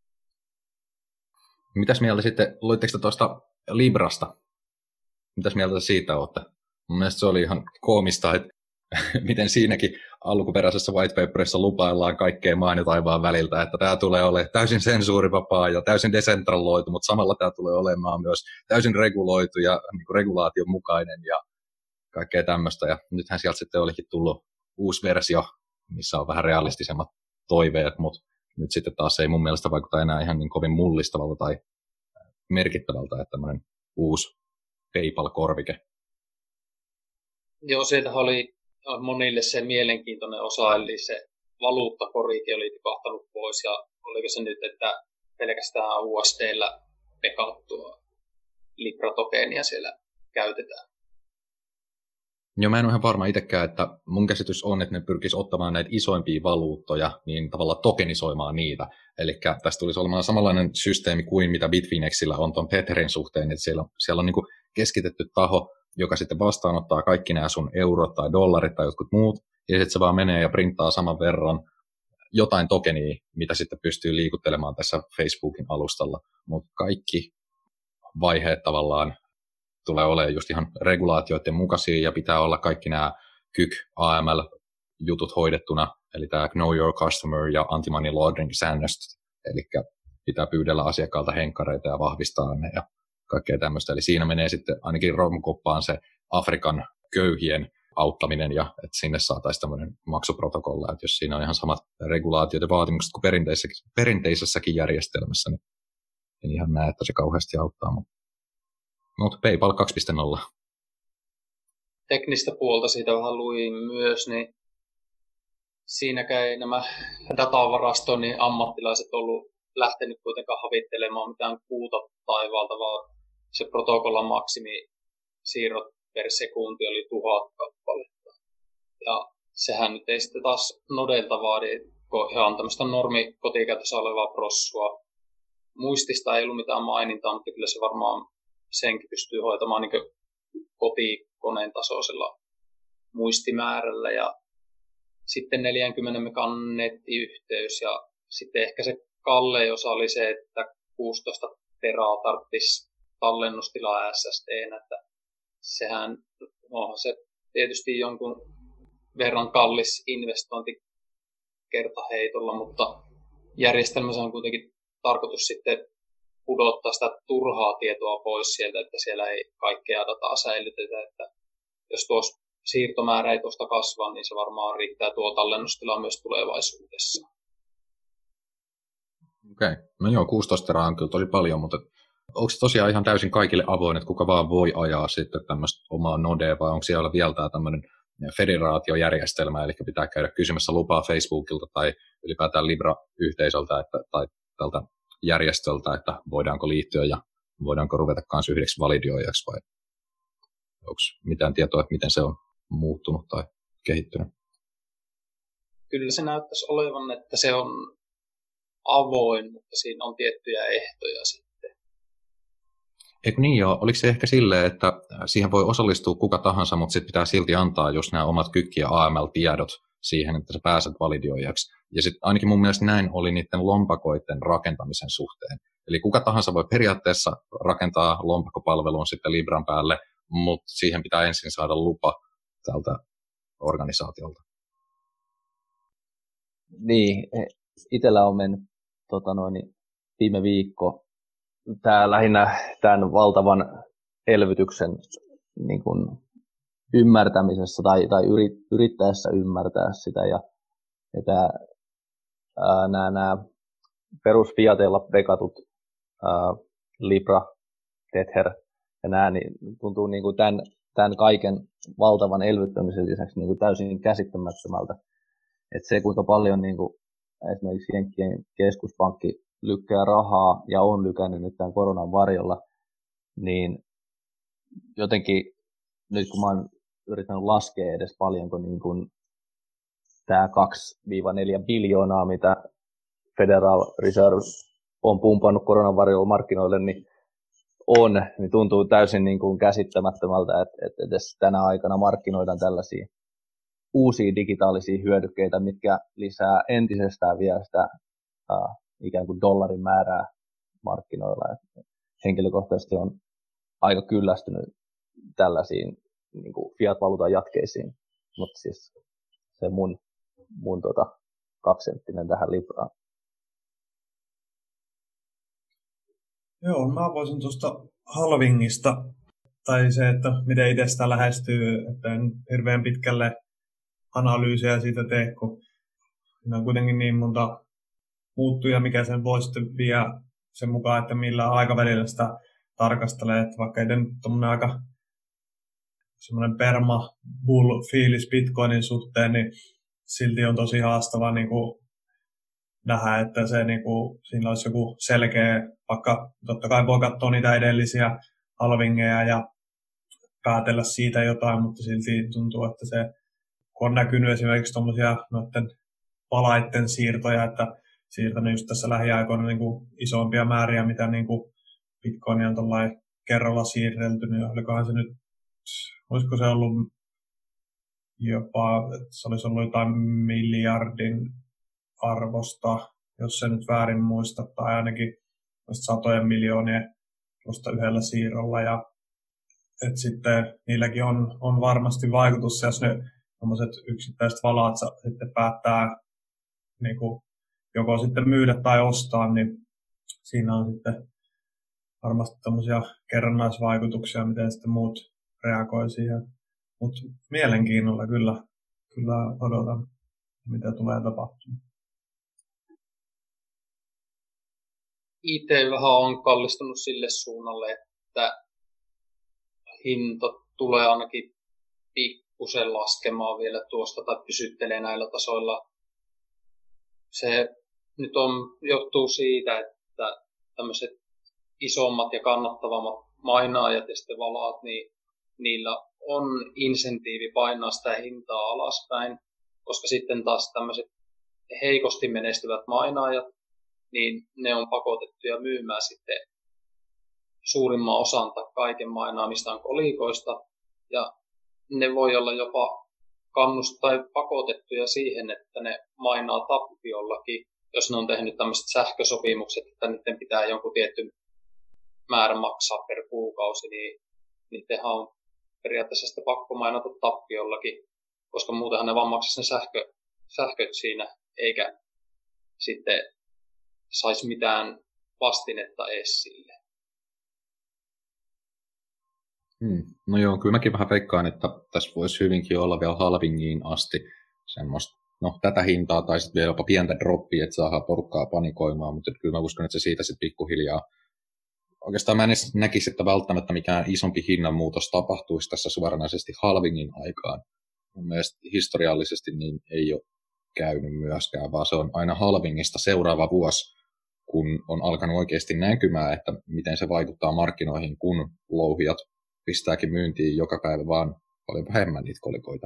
Speaker 1: Mitäs mieltä sitten, luitteko tuosta Librasta? Mitäs mieltä siitä olette? Mun mielestä se oli ihan koomista, että miten siinäkin alkuperäisessä whitepaperissa lupaillaan kaikkea maan ja taivaan väliltä, että tämä tulee olemaan täysin sensuurivapaa ja täysin desentraloitu, mutta samalla tämä tulee olemaan myös täysin reguloitu ja niin kuin regulaation mukainen ja kaikkea tämmöistä. Ja nythän sieltä sitten olikin tullut uusi versio, missä on vähän realistisemmat toiveet, mutta nyt sitten taas ei mun mielestä vaikuta enää ihan niin kovin mullistavalta tai merkittävältä, että tämmöinen uusi PayPal-korvike.
Speaker 4: Joo, sieltä oli monille se mielenkiintoinen osa, eli se valuuttakorike oli tipahtanut pois, ja oliko se nyt, että pelkästään USD:llä pekattua Libra-tokenia siellä käytetään?
Speaker 1: Joo, mä en ole ihan varma itsekään, että mun käsitys on, että ne pyrkisi ottamaan näitä isoimpia valuuttoja, niin tavallaan tokenisoimaan niitä. Eli tässä tulisi olemaan samanlainen systeemi kuin mitä Bitfinexillä on tuon Tetherin suhteen, että siellä on niin kuin keskitetty taho, joka sitten vastaanottaa kaikki nämä sun eurot tai dollarit tai jotkut muut, ja sitten se vaan menee ja printtaa saman verran jotain tokenia, mitä sitten pystyy liikuttelemaan tässä Facebookin alustalla. Mutta kaikki vaiheet tavallaan tulee olemaan just ihan regulaatioiden mukaisia, ja pitää olla kaikki nämä KYC, AML-jutut hoidettuna, eli tämä Know Your Customer ja Anti-Money Laundering-säännöstö, eli pitää pyydellä asiakkaalta henkkareita ja vahvistaa ne ja kaikkea tämmöistä. Eli siinä menee sitten ainakin romukoppaan se Afrikan köyhien auttaminen ja että sinne saataisiin tämmöinen maksuprotokolla, että jos siinä on ihan samat regulaatiot ja vaatimukset kuin perinteisessäkin järjestelmässä, niin en ihan näe, että se kauheasti auttaa. Mutta PayPal 2.0.
Speaker 4: Teknistä puolta siitä vähän luin myös, niin siinäkään ei nämä datavarastoinnin ammattilaiset ollut lähtenyt kuitenkaan havittelemaan mitään kuuta taivaalta, vaan se protokollan maksimisiirrot per sekunti oli 1000 kappaletta. Ja sehän nyt ei sitten taas nodelta vaadi, kun he on tämmöistä normikotikäytössä olevaa prossua. Muistista ei ollut mitään mainintaa, mutta kyllä se varmaan senkin pystyy hoitamaan niin kotikoneen tasoisella muistimäärällä. Ja sitten 40 megan nettiyhteys ja sitten ehkä se kallein osa oli se, että 16 teraa tarvitsisi tallennustilaa SSD:nä, että sehän onhan se tietysti jonkun verran kallis investointi kertaheitolla, mutta järjestelmässä on kuitenkin tarkoitus sitten pudottaa sitä turhaa tietoa pois sieltä, että siellä ei kaikkea dataa säilytetä, että jos tuo siirtomäärä ei tuosta kasva, niin se varmaan riittää tuo tallennustila myös tulevaisuudessa.
Speaker 1: Okei. No joo, 16 teraa on kyllä tosi paljon, mutta onko se tosiaan ihan täysin kaikille avoin, että kuka vaan voi ajaa sitten tämmöistä omaa nodea, vai onko siellä vielä tämä tämmöinen federaatiojärjestelmä, eli pitää käydä kysymässä lupaa Facebookilta tai ylipäätään Libra-yhteisöltä tai tältä järjestöltä, että voidaanko liittyä ja voidaanko ruveta kanssa yhdeksi validioijaksi, vai onko mitään tietoa, että miten se on muuttunut tai kehittynyt?
Speaker 4: Kyllä se näyttäisi olevan, että se on avoin, mutta siinä on tiettyjä ehtoja sitten.
Speaker 1: Eikö niin joo? Oliko se ehkä silleen, että siihen voi osallistua kuka tahansa, mutta sitten pitää silti antaa just nämä omat kykki- ja AML-tiedot siihen, että sä pääset validioijaksi. Ja sitten ainakin mun mielestä näin oli niiden lompakoiden rakentamisen suhteen. Eli kuka tahansa voi periaatteessa rakentaa lompakopalvelun sitten Libran päälle, mutta siihen pitää ensin saada lupa tältä organisaatiolta.
Speaker 3: Niin, itsellä on mennyt viime viikko lähinnä tämän valtavan elvytyksen niin kuin ymmärtämisessä tai yrittäessä ymmärtää sitä. Ja nämä perusfiateilla pekatut Libra, Tether ja nämä niin tuntuu niin kuin tämän kaiken valtavan elvyttämisen lisäksi niin kuin täysin käsittämättömältä. Että se, kuinka paljon niin kuin esimerkiksi Jenkkien keskuspankki lykkää rahaa ja on lykännyt nyt tämän koronan varjolla, niin jotenkin nyt kun mä oon yrittänyt laskea edes paljonko niin kuin tämä 2-4 biljoonaa, mitä Federal Reserve on pumpannut koronan varjolla markkinoille, niin tuntuu täysin niin kuin käsittämättömältä, että edes tänä aikana markkinoidaan tällaisia uusia digitaalisia hyödykkeitä, mitkä lisää entisestään vielä sitä ikään kuin dollarin määrää markkinoilla. Et henkilökohtaisesti on aika kyllästynyt tällaisiin niin kuin fiat-valuutan jatkeisiin, mutta siis se mun 2 senttinen tähän Libraan.
Speaker 2: Joo, mä voisin tuosta halvingista, tai se, että miten itse sitä lähestyy, että en hirveän pitkälle analyysiä siitä tee, kun siinä on kuitenkin niin monta muuttuja, mikä sen voi sitten vie sen mukaan, että millä aikavälillä sitä tarkastelee, että vaikka ei nyt tuommoinen aika semmoinen perma-bull-fiilis Bitcoinin suhteen, niin silti on tosi haastava niin kuin nähdä, että se, niin kuin, siinä olisi joku selkeä, vaikka totta kai voi katsoa niitä edellisiä halvingeja ja päätellä siitä jotain, mutta silti tuntuu, että se, kun on näkynyt esimerkiksi tuommoisia noiden palaitten siirtoja, että siirtänyt just tässä lähiaikoina niin kuin isompia määriä, mitä niin kuin Bitcoinia on tuollain kerralla siirrelty, niin olikohan se nyt, olisiko se ollut jopa, että se olisi ollut jotain miljardin arvosta, jos se nyt väärin muista, tai ainakin satojen miljoonien tuosta yhdellä siirrolla, ja että sitten niilläkin on varmasti vaikutus, jos ne tämmöiset yksittäiset valaat sitten päättää niin kuin joko sitten myydä tai ostaa, niin siinä on sitten varmasti tämmöisiä kerrannaisvaikutuksia, miten sitten muut reagoi siihen. Mutta mielenkiinnolla kyllä odotan, mitä tulee tapahtumaan.
Speaker 4: Itse vähän on kallistunut sille suunnalle, että hinta tulee ainakin pikkusen laskemaan vielä tuosta tai pysyttelee näillä tasoilla se nyt johtuu siitä, että tämmöiset isommat ja kannattavammat mainaajat ja sitten valaat, niin niillä on insentiivi painaa sitä hintaa alaspäin, koska sitten taas tämmöiset heikosti menestyvät mainaajat, niin ne on pakotettuja myymään sitten suurimman osan tai kaiken mainaamistaan kolikoista, ja ne voi olla jopa tai pakotettuja siihen, että ne mainaa tappiollakin, jos ne on tehnyt tämmöiset sähkösopimukset, että niiden pitää jonkun tietty määrä maksaa per kuukausi, niin niidenhän on periaatteessa sitten pakko mainata tappiollakin, koska muutenhan ne vaan maksaa sen sähköt siinä, eikä sitten saisi mitään vastinetta edes sille.
Speaker 1: No joo, kyllä mäkin vähän veikkaan, että tässä voisi hyvinkin olla vielä halvingiin asti semmoista, tätä hintaa tai sitten vielä jopa pientä droppia, että saadaan porukkaa panikoimaan, mutta kyllä mä uskon, että se siitä sitten pikkuhiljaa. Oikeastaan mä en näkisi, että välttämättä mikään isompi hinnanmuutos tapahtuisi tässä suoranaisesti halvingin aikaan. Mun mielestä historiallisesti niin ei ole käynyt myöskään, vaan se on aina halvingista seuraava vuosi, kun on alkanut oikeasti näkymään, että miten se vaikuttaa markkinoihin, kun louhijat pistääkin myyntiin joka päivä vaan paljon vähemmän niitä kolikoita.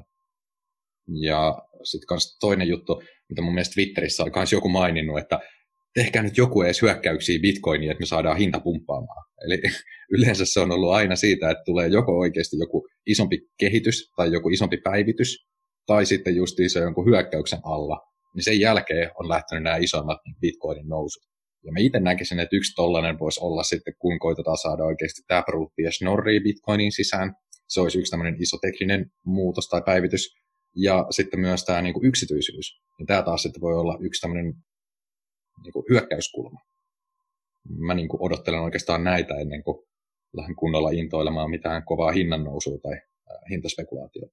Speaker 1: Ja sitten kans toinen juttu, mitä mun mielestä Twitterissä oli kans joku maininnut, että tehkää nyt joku edes hyökkäyksiä bitcoiniin, että me saadaan hinta pumppaamaan. Eli yleensä se on ollut aina siitä, että tulee joko oikeasti joku isompi kehitys tai joku isompi päivitys, tai sitten justiin se jonkun hyökkäyksen alla, niin sen jälkeen on lähtenyt nämä isommat bitcoinin nousut. Ja mä itse näkisin, että yksi tollainen voisi olla sitten, kun koitetaan saada oikeasti Taproot ja Schnorria bitcoinin sisään. Se olisi yksi tämmöinen iso tekninen muutos tai päivitys. Ja sitten myös tämä niin kuin yksityisyys. Ja tämä taas sitten voi olla yksi tämmöinen niin kuin hyökkäyskulma. Mä niin kuin odottelen oikeastaan näitä ennen kuin lähden kunnolla intoilemaan mitään kovaa hinnannousua tai hintaspekulaatiota.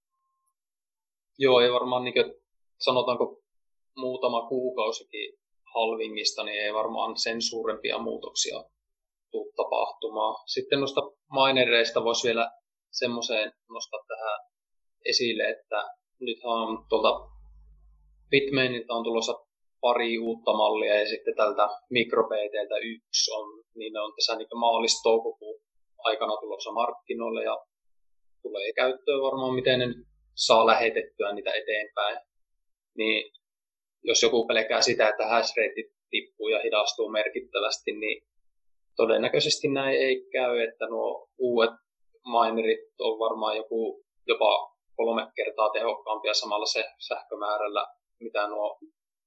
Speaker 4: Joo, ei varmaan niin kuin, sanotaanko muutama kuukausikin halvingista, niin ei varmaan sen suurempia muutoksia tule tapahtumaan. Sitten noista minereista voisi vielä semmoiseen nostaa tähän esille, että nythän on tuolta Bitmainilta on tulossa pari uutta mallia ja sitten tältä MicroBTltä yksi on, niin ne on tässä niin maalis-toukokuun aikana tulossa markkinoille ja tulee käyttöön varmaan, miten ne saa lähetettyä niitä eteenpäin. Niin jos joku pelkää sitä, että hash rate tippuu ja hidastuu merkittävästi, niin todennäköisesti näin ei käy, että nuo uudet minerit on varmaan jopa 3 kertaa tehokkaampia samalla se sähkömäärällä, mitä nuo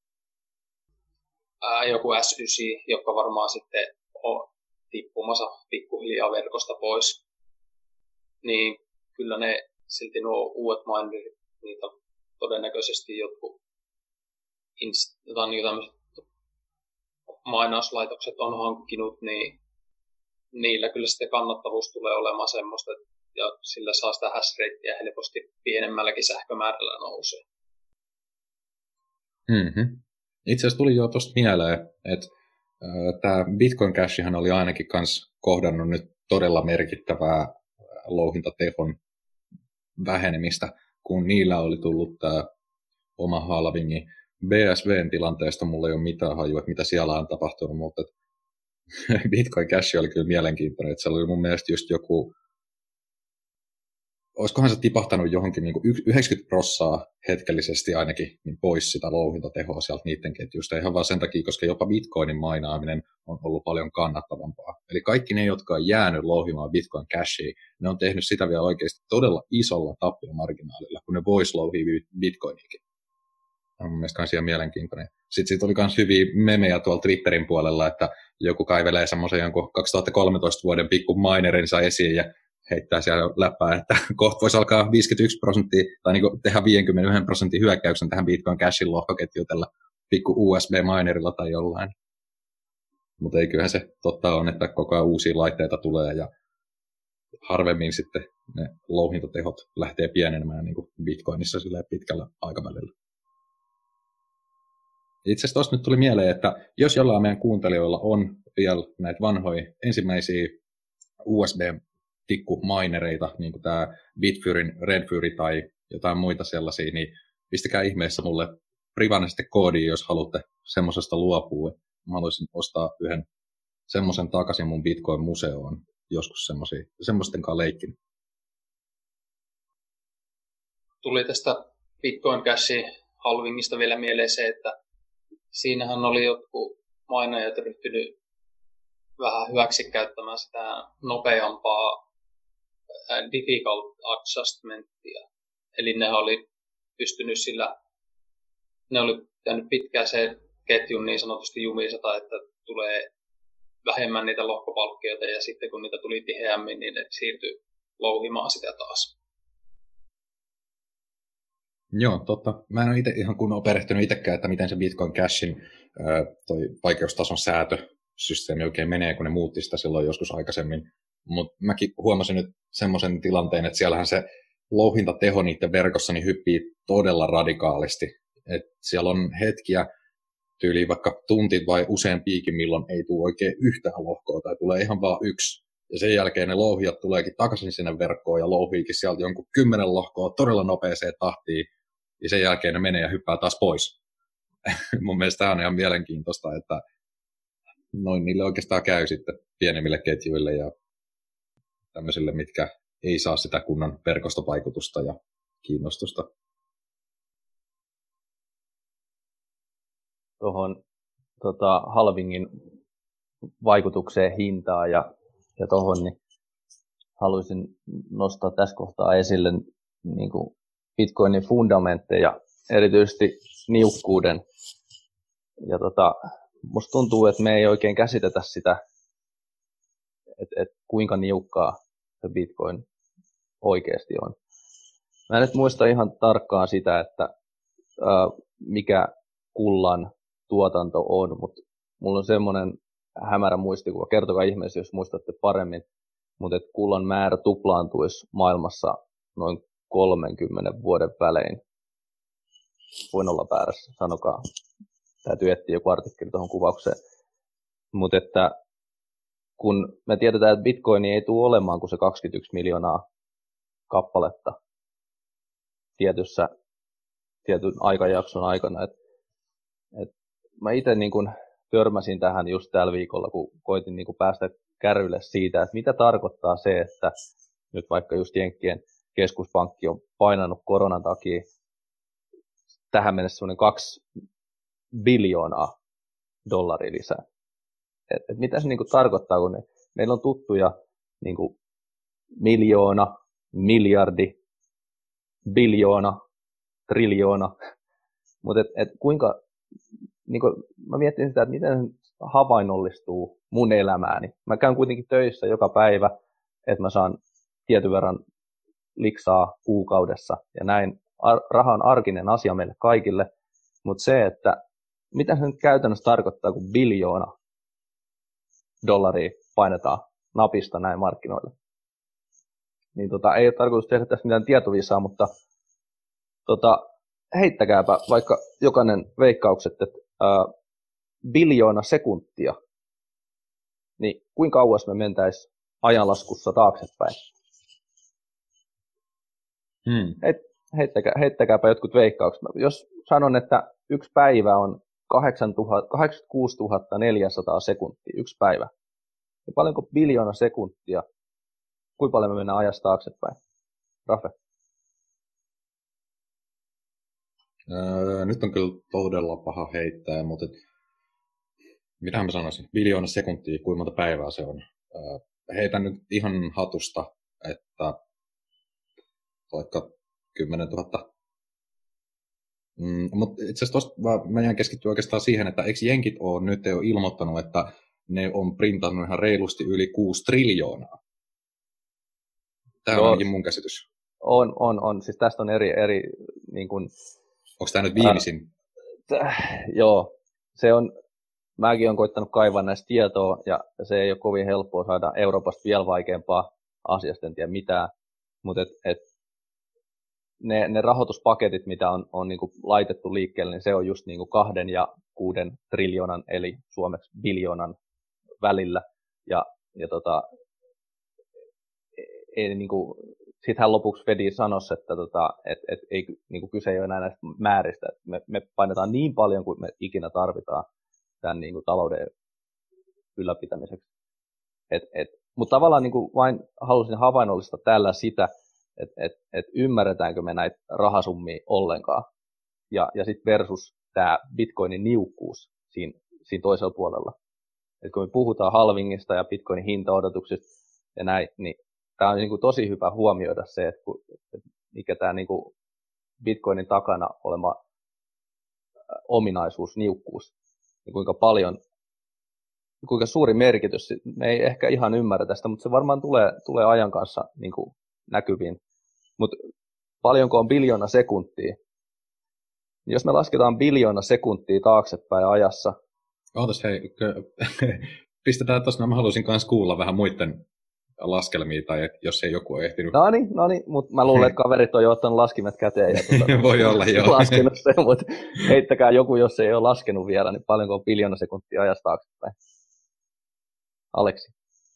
Speaker 4: joku S9, joka varmaan sitten on tippumassa pikkuhiljaa verkosta pois. Niin kyllä ne silti nuo uudet minerit, niitä todennäköisesti jotkut mainauslaitokset on hankkinut, niin niillä kyllä sitten kannattavuus tulee olemaan semmoista, ja sillä saa sitä hash ratea helposti pienemmälläkin sähkömäärällä nousee.
Speaker 1: Itse asiassa tuli jo tuosta mieleen, että tämä Bitcoin Cashihan oli ainakin kans kohdannut nyt todella merkittävää louhintatehon vähenemistä, kun niillä oli tullut tämä oma halvingi. BSVn tilanteesta mulla ei ole mitään hajua, että mitä siellä on tapahtunut, mutta Bitcoin Cash oli kyllä mielenkiintoinen, että se oli mun mielestä just joku, olisikohan se tipahtanut johonkin niin 90% hetkellisesti ainakin niin pois sitä louhintatehoa sieltä niiden ketjusta, ihan vaan sen takia, koska jopa Bitcoinin mainaaminen on ollut paljon kannattavampaa. Eli kaikki ne, jotka on jäänyt louhimaan Bitcoin Cashia, ne on tehnyt sitä vielä oikeasti todella isolla tappiomarginaalilla, kun ne vois louhia Bitcoiniakin. On mun mielestä kans ihan mielenkiintoinen. Sitten siitä oli myös hyviä memejä tuolla Twitterin puolella, että joku kaivelee semmoisen jonkun 2013 vuoden pikku minerinsa esiin ja heittää siellä läppää, että kohta voisi alkaa 51% tai niin tehdä 51% hyökkäyksen tähän Bitcoin Cashin lohkoketjuun tällä pikku USB-minerilla tai jollain. Mutta ei kyllähän se totta on, että koko ajan uusia laitteita tulee ja harvemmin sitten ne louhintatehot lähtee pienenemään niin kuin Bitcoinissa pitkällä aikavälillä. Itse asiassa tuosta nyt tuli mieleen, että jos jollain meidän kuuntelijoilla on vielä näitä vanhoja ensimmäisiä USB-tikkuminereita, niin kuin tämä Bitfuryn Redfury tai jotain muita sellaisia, niin pistäkää ihmeessä mulle privana sitten koodiin, jos haluatte semmoisesta luopua. Mä haluaisin ostaa yhden semmoisen takaisin mun Bitcoin-museoon. Joskus semmoisten kanssa leikkin.
Speaker 4: Tuli tästä Bitcoin Cashin halvingista vielä mieleen se, että siinähän oli jotkut mainajat ryhtynyt vähän hyväksikäyttämään sitä nopeampaa difficult adjustmentia. Eli ne oli pystynyt ne oli pitänyt pitkään se ketjun niin sanotusti jumisata, että tulee vähemmän niitä lohkopalkkioita ja sitten kun niitä tuli tiheämmin, niin ne siirtyi louhimaan sitä taas.
Speaker 1: Joo, totta. Mä en ole itse ihan kunnolla perehtynyt itsekään, että miten se Bitcoin Cashin toi vaikeustason säätösysteemi oikein menee, kun ne muutti sitä silloin joskus aikaisemmin. Mutta mäkin huomasin nyt semmoisen tilanteen, että siellähän se louhintateho niiden verkossa niin hyppii todella radikaalisti. Et siellä on hetkiä, tyyliin vaikka tunti vai useampiikin, milloin ei tule oikein yhtään lohkoa tai tulee ihan vaan yksi. Ja sen jälkeen ne louhijat tuleekin takaisin sinne verkkoon ja louhiikin sieltä jonkun 10 lohkoa todella nopeeseen tahtiin. Ja sen jälkeen ne menee ja hyppää taas pois. Mun mielestä tämä on ihan mielenkiintoista, että noin niille oikeastaan käy sitten pienemmille ketjuille ja tämmöisille, mitkä ei saa sitä kunnon verkostovaikutusta ja kiinnostusta.
Speaker 3: Tuohon halvingin vaikutukseen hintaa ja tuohon, niin haluaisin nostaa tässä kohtaa esille niin kuin Bitcoinin fundamentteja, erityisesti niukkuuden. Ja musta tuntuu, että me ei oikein käsitetä sitä, että kuinka niukkaa se Bitcoin oikeasti on. Mä en nyt muista ihan tarkkaan sitä, että mikä kullan tuotanto on, mutta mulla on semmoinen hämärä muistikuva. Kertokaa ihmeessä, jos muistatte paremmin. Mutta että kullan määrä tuplaantuisi maailmassa noin 30 vuoden välein. Voin olla väärässä, sanokaa. Täytyy etsiä joku artikkeli tuohon kuvaukseen. Mutta että kun me tiedetään, että Bitcoin ei tule olemaan kuin se 21 miljoonaa kappaletta tietyn aikajakson aikana. Et mä itse niin kun törmäsin tähän just tällä viikolla, kun koitin niin kun päästä kärrylle siitä, että mitä tarkoittaa se, että nyt vaikka just Jenkkien keskuspankki on painanut koronan takia tähän mennessä semmoinen 2 biljoonaa dollaria lisää. Et mitä se niin kun tarkoittaa, kun meillä on tuttuja niin kun miljoona, miljardi, biljoona, triljoona, mutta kuinka, niin kun, mä mietin sitä, että miten havainnollistuu mun elämääni. Mä käyn kuitenkin töissä joka päivä, että mä saan tietyn verran liksaa kuukaudessa ja näin. Raha on arkinen asia meille kaikille, mutta se, että mitä se nyt käytännössä tarkoittaa, kun biljoona dollaria painetaan napista näin markkinoille. Niin ei ole tarkoitus tehdä tässä mitään tietoviisaa, mutta heittäkääpä vaikka jokainen veikkaukset, että biljoona sekuntia, niin kuinka kauas me mentäisiin ajanlaskussa taaksepäin? Heittäkääpä jotkut veikkaukset. Jos sanon, että yksi päivä on 86 400 sekuntia, yksi päivä, niin paljonko biljoona sekuntia, kuinka paljon me mennään ajasta taaksepäin? Rafe?
Speaker 1: Nyt on kyllä todella paha heittää, mutta mitähän mä sanoisin? Biljoona sekuntia, kuinka monta päivää se on? Heitän nyt ihan hatusta, että vaikka 10 000. Mutta itse asiassa tuosta mä jään keskittyä oikeastaan siihen, että eikö jenkit ole nyt jo ilmoittanut, että ne on printannut ihan reilusti yli 6 triljoonaa? Tämä on ainakin mun käsitys.
Speaker 3: On. Siis tästä on eri niin kuin,
Speaker 1: onko tämä nyt viimeisin?
Speaker 3: Joo, se on. Mäkin olen koittanut kaivaa näistä tietoa, ja se ei ole kovin helppoa saada Euroopasta vielä vaikeampaa asiasta, en tiedä mitään. Mutta ne rahoituspaketit, mitä on niin kuin laitettu liikkeelle, niin se on just niin kuin 2 ja 6 triljoonan, eli suomeksi biljoonan välillä. Ei, niin kuin, sittenhän lopuksi Fedi sanoi, että et ei, niin kuin kyse ei ole enää näistä määristä. Me painetaan niin paljon kuin me ikinä tarvitaan tämän niin kuin talouden ylläpitämiseksi. Mutta tavallaan niin kuin vain halusin havainnollista tällä sitä, että ymmärretäänkö me näitä rahasummia ollenkaan. Ja sitten versus tämä Bitcoinin niukkuus siinä toisella puolella. Et kun me puhutaan halvingista ja Bitcoinin hintaodotuksista ja näin, niin tämä on niin kuin tosi hyvä huomioida se, että mikä tämä niin kuin Bitcoinin takana oleva ominaisuus, niukkuus, ja kuinka suuri merkitys. Me ei ehkä ihan ymmärrä tästä, mutta se varmaan tulee ajan kanssa niin kuin näkyviin. Mutta paljonko on biljoona sekuntia? Jos me lasketaan biljoona sekuntia taaksepäin ajassa.
Speaker 1: Ootas hei, pistetään tuossa, mä haluaisin myös kuulla vähän muiden laskelmia, tai jos ei joku ole ehtinyt.
Speaker 3: No niin, mutta mä luulen, että kaverit on jo ottanut laskimet käteen ja
Speaker 1: voi olla, joo.
Speaker 3: laskenut sen, mutta heittäkää joku, jos ei ole laskenut vielä, niin paljonko on biljoona sekuntia ajasta taaksepäin. Aleksi.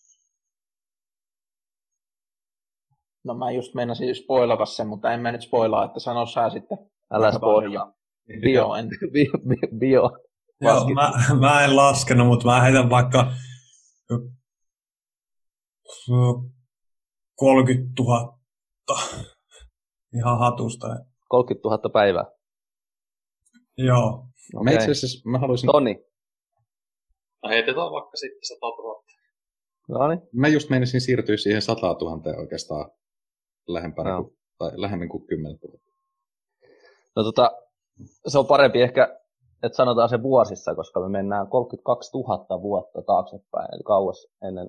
Speaker 5: No mä just meinasin spoilata sen, mutta en mä nyt spoilaa, että sano sä sitten.
Speaker 3: Älä spoilaa. Bio.
Speaker 2: Joo, mä en laskenut, mutta mä heitän vaikka 30 000 ihan hatusta.
Speaker 3: 30 000 päivää.
Speaker 2: Joo.
Speaker 1: Okay. Itse asiassa mä haluaisin...
Speaker 3: Toni.
Speaker 4: No heitetään vaikka sitten 100 000.
Speaker 3: No niin.
Speaker 1: Mä just meinasin siirtyä siihen 100 000 oikeastaan lähemmin kuin 10 000.
Speaker 3: No se on parempi ehkä, että sanotaan se vuosissa, koska me mennään 32 000 vuotta taaksepäin, eli kauas ennen,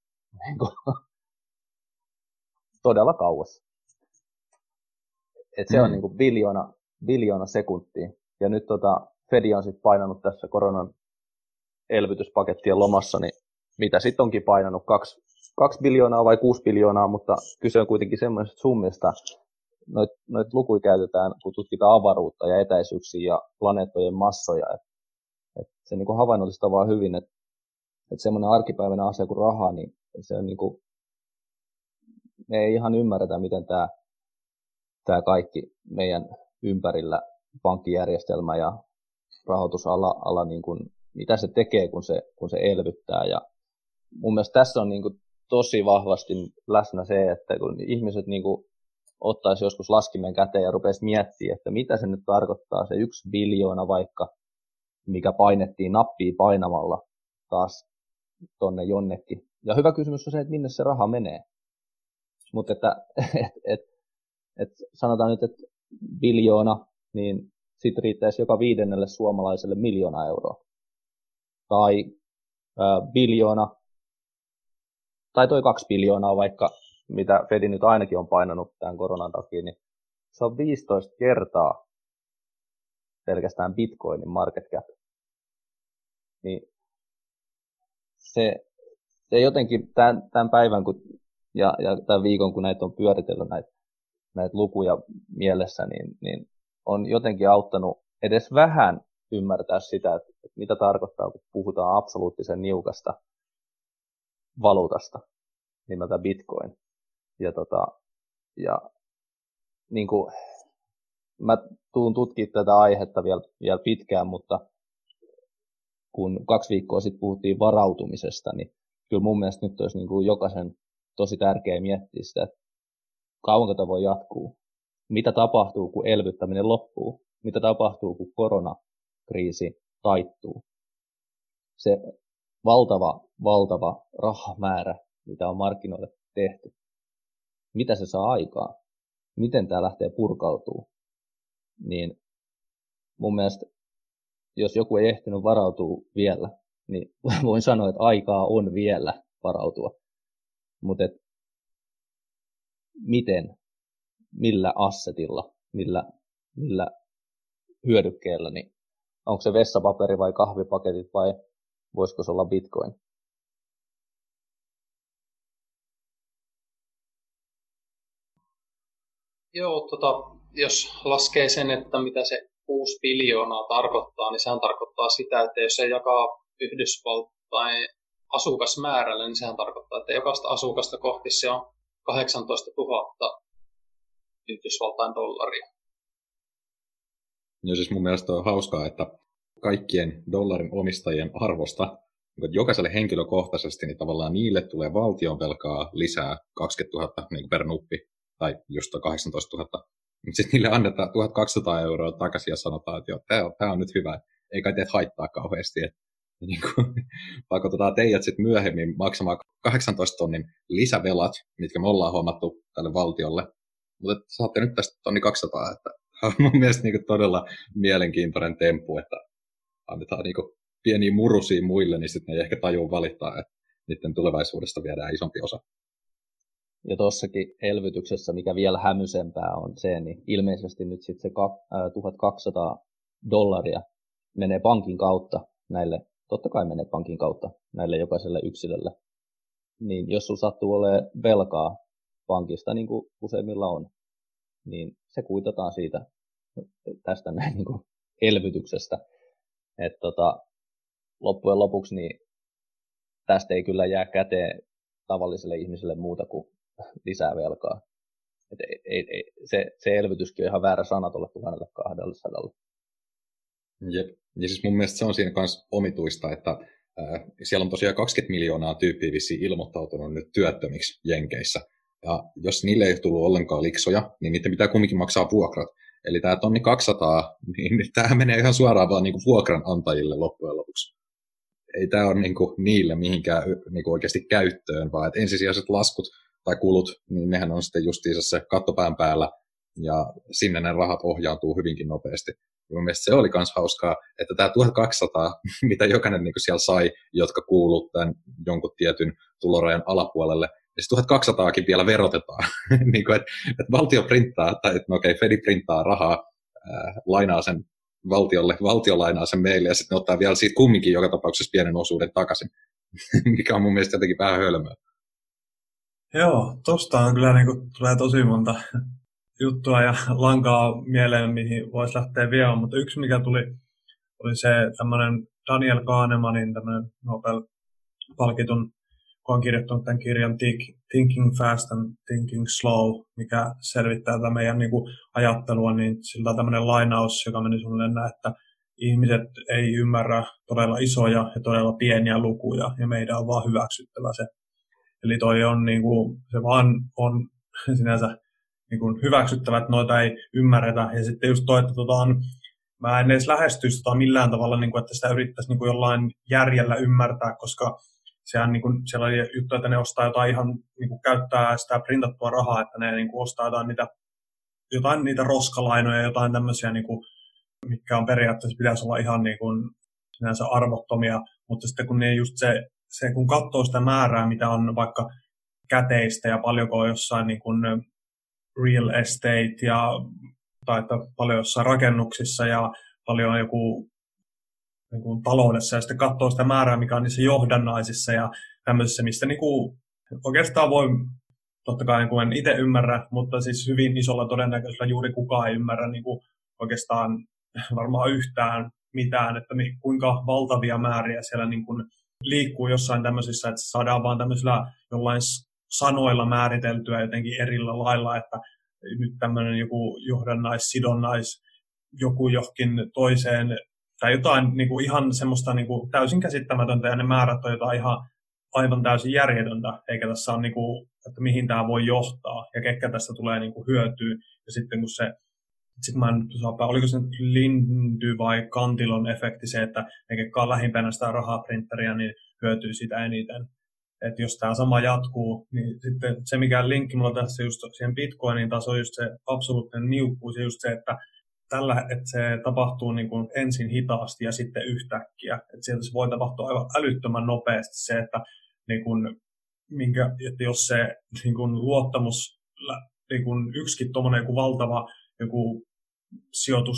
Speaker 3: todella kauas. Et se on niinku biljoona sekuntia. Ja nyt Fedi on sitten painanut tässä koronan elvytyspakettien lomassa, niin mitä sitten onkin painanut, 2 biljoonaa vai 6 biljoonaa, mutta kyse on kuitenkin semmoisesta summista. Noit lukuja käytetään, kun tutkitaan avaruutta ja etäisyyksiä ja planeettojen massoja. Et se niinku havainnollistaa vaan hyvin, että semmoinen arkipäiväinen asia kuin raha, niin se on niinku, me ei ihan ymmärretä, miten tämä kaikki meidän ympärillä, pankkijärjestelmä ja rahoitusala niin kuin, mitä se tekee, kun se elvyttää. Ja mun mielestä tässä on niin kuin tosi vahvasti läsnä se, että kun ihmiset niin kuin ottaisi joskus laskimen käteen ja rupesi miettimään, että mitä se nyt tarkoittaa, se 1 biljoona vaikka, mikä painettiin nappia painamalla taas tonne jonnekin. Ja hyvä kysymys on se, että minne se raha menee. Mutta että sanotaan nyt, että biljoona, niin sitten riittäisi joka 5. suomalaiselle 1 000 000 euroa. Tai biljoona, tai toi 2 biljoonaa vaikka, mitä Fedi nyt ainakin on painanut tämän koronan takia, niin se on 15 kertaa pelkästään Bitcoinin market cap. Niin se jotenkin tämän päivän ja tämän viikon, kun näitä on pyöritellyt näitä lukuja mielessä, niin on jotenkin auttanut edes vähän ymmärtää sitä, että mitä tarkoittaa, kun puhutaan absoluuttisen niukasta valuutasta nimeltä Bitcoin. Ja niin kuin, mä tuun tutkimaan tätä aihetta vielä pitkään, mutta kun 2 viikkoa sitten puhuttiin varautumisesta, niin kyllä mun mielestä nyt olisi niin kuin jokaisen tosi tärkeää miettiä sitä, että kauanko tämä voi jatkuu. Mitä tapahtuu, kun elvyttäminen loppuu? Mitä tapahtuu, kun koronakriisi taittuu? Se valtava rahamäärä, mitä on markkinoille tehty. Mitä se saa aikaan? Miten tämä lähtee purkautuu? Niin mun mielestä, jos joku ei ehtinyt varautua vielä, niin voin sanoa, että aikaa on vielä varautua. Mutta miten, millä assetilla, millä hyödykkeellä, niin onko se vessapaperi vai kahvipaketit vai voisiko se olla Bitcoin?
Speaker 4: Joo, jos laskee sen, että mitä se 6 biljoonaa tarkoittaa, niin sehän tarkoittaa sitä, että jos se jakaa Yhdysvaltain asukasmäärälle, niin sehän tarkoittaa, että jokaista asukasta kohti se on 18 000 Yhdysvaltain dollaria.
Speaker 1: Ja siis mun mielestä on hauskaa, että kaikkien dollarin omistajien arvosta, jokaiselle henkilökohtaisesti, niin tavallaan niille tulee valtionvelkaa lisää 20 000 niin per nuppi, tai just 18 000. Mutta sitten niille annetaan 1200 euroa takaisin ja sanotaan, että joo, tämä on nyt hyvä, ei kai teet haittaa kauheasti. Että, niin kuin, pakotetaan teidät sitten myöhemmin maksamaan 18 tonnin lisävelat, mitkä me ollaan huomattu tälle valtiolle. Mutta saatte nyt tästä 1200, että on mun mielestä niin kuin todella mielenkiintoinen temppu, että annetaan niin kuin pieniä murusia muille, niin sitten ne ei ehkä tajua valittaa, että niiden tulevaisuudesta viedään isompi osa.
Speaker 3: Ja tuossakin elvytyksessä, mikä vielä hämysempää on se, niin ilmeisesti nyt sitten se $1,200 menee pankin kautta näille, totta kai menee pankin kautta näille jokaiselle yksilölle. Niin jos sulla sattuu olemaan velkaa pankista, niin kuin useimmilla on, niin se kuitataan siitä tästä näin niin kuin elvytyksestä. Että loppujen lopuksi niin tästä ei kyllä jää käteen tavalliselle ihmiselle muuta kuin lisää velkaa. Se elvytyskin on ihan väärä sana tuolle 1,200.
Speaker 1: Jep. Ja siis mun mielestä se on siinä myös omituista, että siellä on tosiaan 20 miljoonaa tyyppiä vissiin ilmoittautunut nyt työttömiksi Jenkeissä. Ja jos niille ei tullut ollenkaan liksoja, niin niiden pitää kumminkin maksaa vuokrat. Eli tämä 1,200, niin tämä menee ihan suoraan vaan niinku vuokranantajille loppujen lopuksi. Ei tämä ole niinku niille mihinkään niinku oikeasti käyttöön, vaan että ensisijaiset laskut tai kulut, niin nehän on sitten justiinsa se kattopään päällä, ja sinne ne rahat ohjautuu hyvinkin nopeasti. Mun mielestä se oli myös hauskaa, että tämä 1,200, mitä jokainen niinku siellä sai, jotka kuuluu tämän jonkun tietyn tulorajan alapuolelle, ja se 1,200kin vielä verotetaan. Niin kuin, että valtio printtaa, tai että okei, Fedi printtaa rahaa, lainaa sen valtiolle, valtio lainaa sen meille, ja sitten ottaa vielä siitä kumminkin joka tapauksessa pienen osuuden takaisin, mikä on mun mielestä jotenkin vähän hölmöä.
Speaker 2: Joo, tosta on kyllä niin kuin, tulee tosi monta juttua ja lankaa mieleen, mihin voisi lähteä viemään, mutta yksi mikä tuli, oli se tämmöinen Daniel Kahnemanin tämmöinen Nobel-palkitun, kun on kirjoittanut tämän kirjan Thinking Fast and Thinking Slow, mikä selvittää tätä meidän niin kuin ajattelua, niin sillä on tämmöinen lainaus, joka meni suunnilleen näin, että ihmiset ei ymmärrä todella isoja ja todella pieniä lukuja, ja meidän on vaan hyväksyttävä se. Eli toi on niin kuin, se vaan on sinänsä niin kuin hyväksyttävä, että noita ei ymmärretä. Ja sitten just toi, että mä en edes lähestyisi millään tavalla, niin kuin, että sitä yrittäisi niin kuin jollain järjellä ymmärtää, koska sehän, niin kuin, siellä oli juttu, että ne ostaa jotain ihan, niin kuin käyttää sitä printattua rahaa, että ne niin kuin ostaa jotain niitä roskalainoja, jotain tämmöisiä, niin kuin, mitkä on periaatteessa pitäisi olla ihan niin kuin, sinänsä arvottomia, mutta sitten kun ne just se, kun katsoo sitä määrää, mitä on vaikka käteistä ja paljonko on jossain niin kuin real estate tai että paljon jossain rakennuksissa ja paljon on joku niin kuin taloudessa ja sitten katsoo sitä määrää, mikä on niissä johdannaisissa ja tämmöisissä, mistä niin kuin oikeastaan voi, totta kai niin kuin en itse ymmärrä, mutta siis hyvin isolla todennäköisellä juuri kukaan ei ymmärrä niin kuin oikeastaan varmaan yhtään mitään, että kuinka valtavia määriä siellä niin kuin liikkuu jossain tämmöisissä, että saadaan vaan tämmöisillä jollain sanoilla määriteltyä jotenkin erillä lailla, että nyt tämmöinen joku johdannais, joku johonkin toiseen, tai jotain niin kuin ihan semmoista niin kuin täysin käsittämätöntä, ja ne määrät on jotain ihan aivan täysin järjetöntä, eikä tässä ole, niin kuin, että mihin tämä voi johtaa, ja ketkä tästä tulee niin kuin hyötyä, ja sitten kun se sitten mä en nyt saa, oliko se nyt Lindy vai Kantilon efekti se, että ne, ketkä on lähimpänä sitä rahaprinteriä, niin hyötyy sitä eniten. Että jos tämä sama jatkuu, niin sitten se mikä linkki mulla tässä just siihen Bitcoiniin taas on just se absoluuttinen niukkuus ja just se, että että se tapahtuu niin kuin ensin hitaasti ja sitten yhtäkkiä. Että sieltä se voi tapahtua aivan älyttömän nopeasti se, että, niin kuin, että jos se niin kuin luottamus, niin kuin yksikin tuommoinen joku valtava joku sijoitus,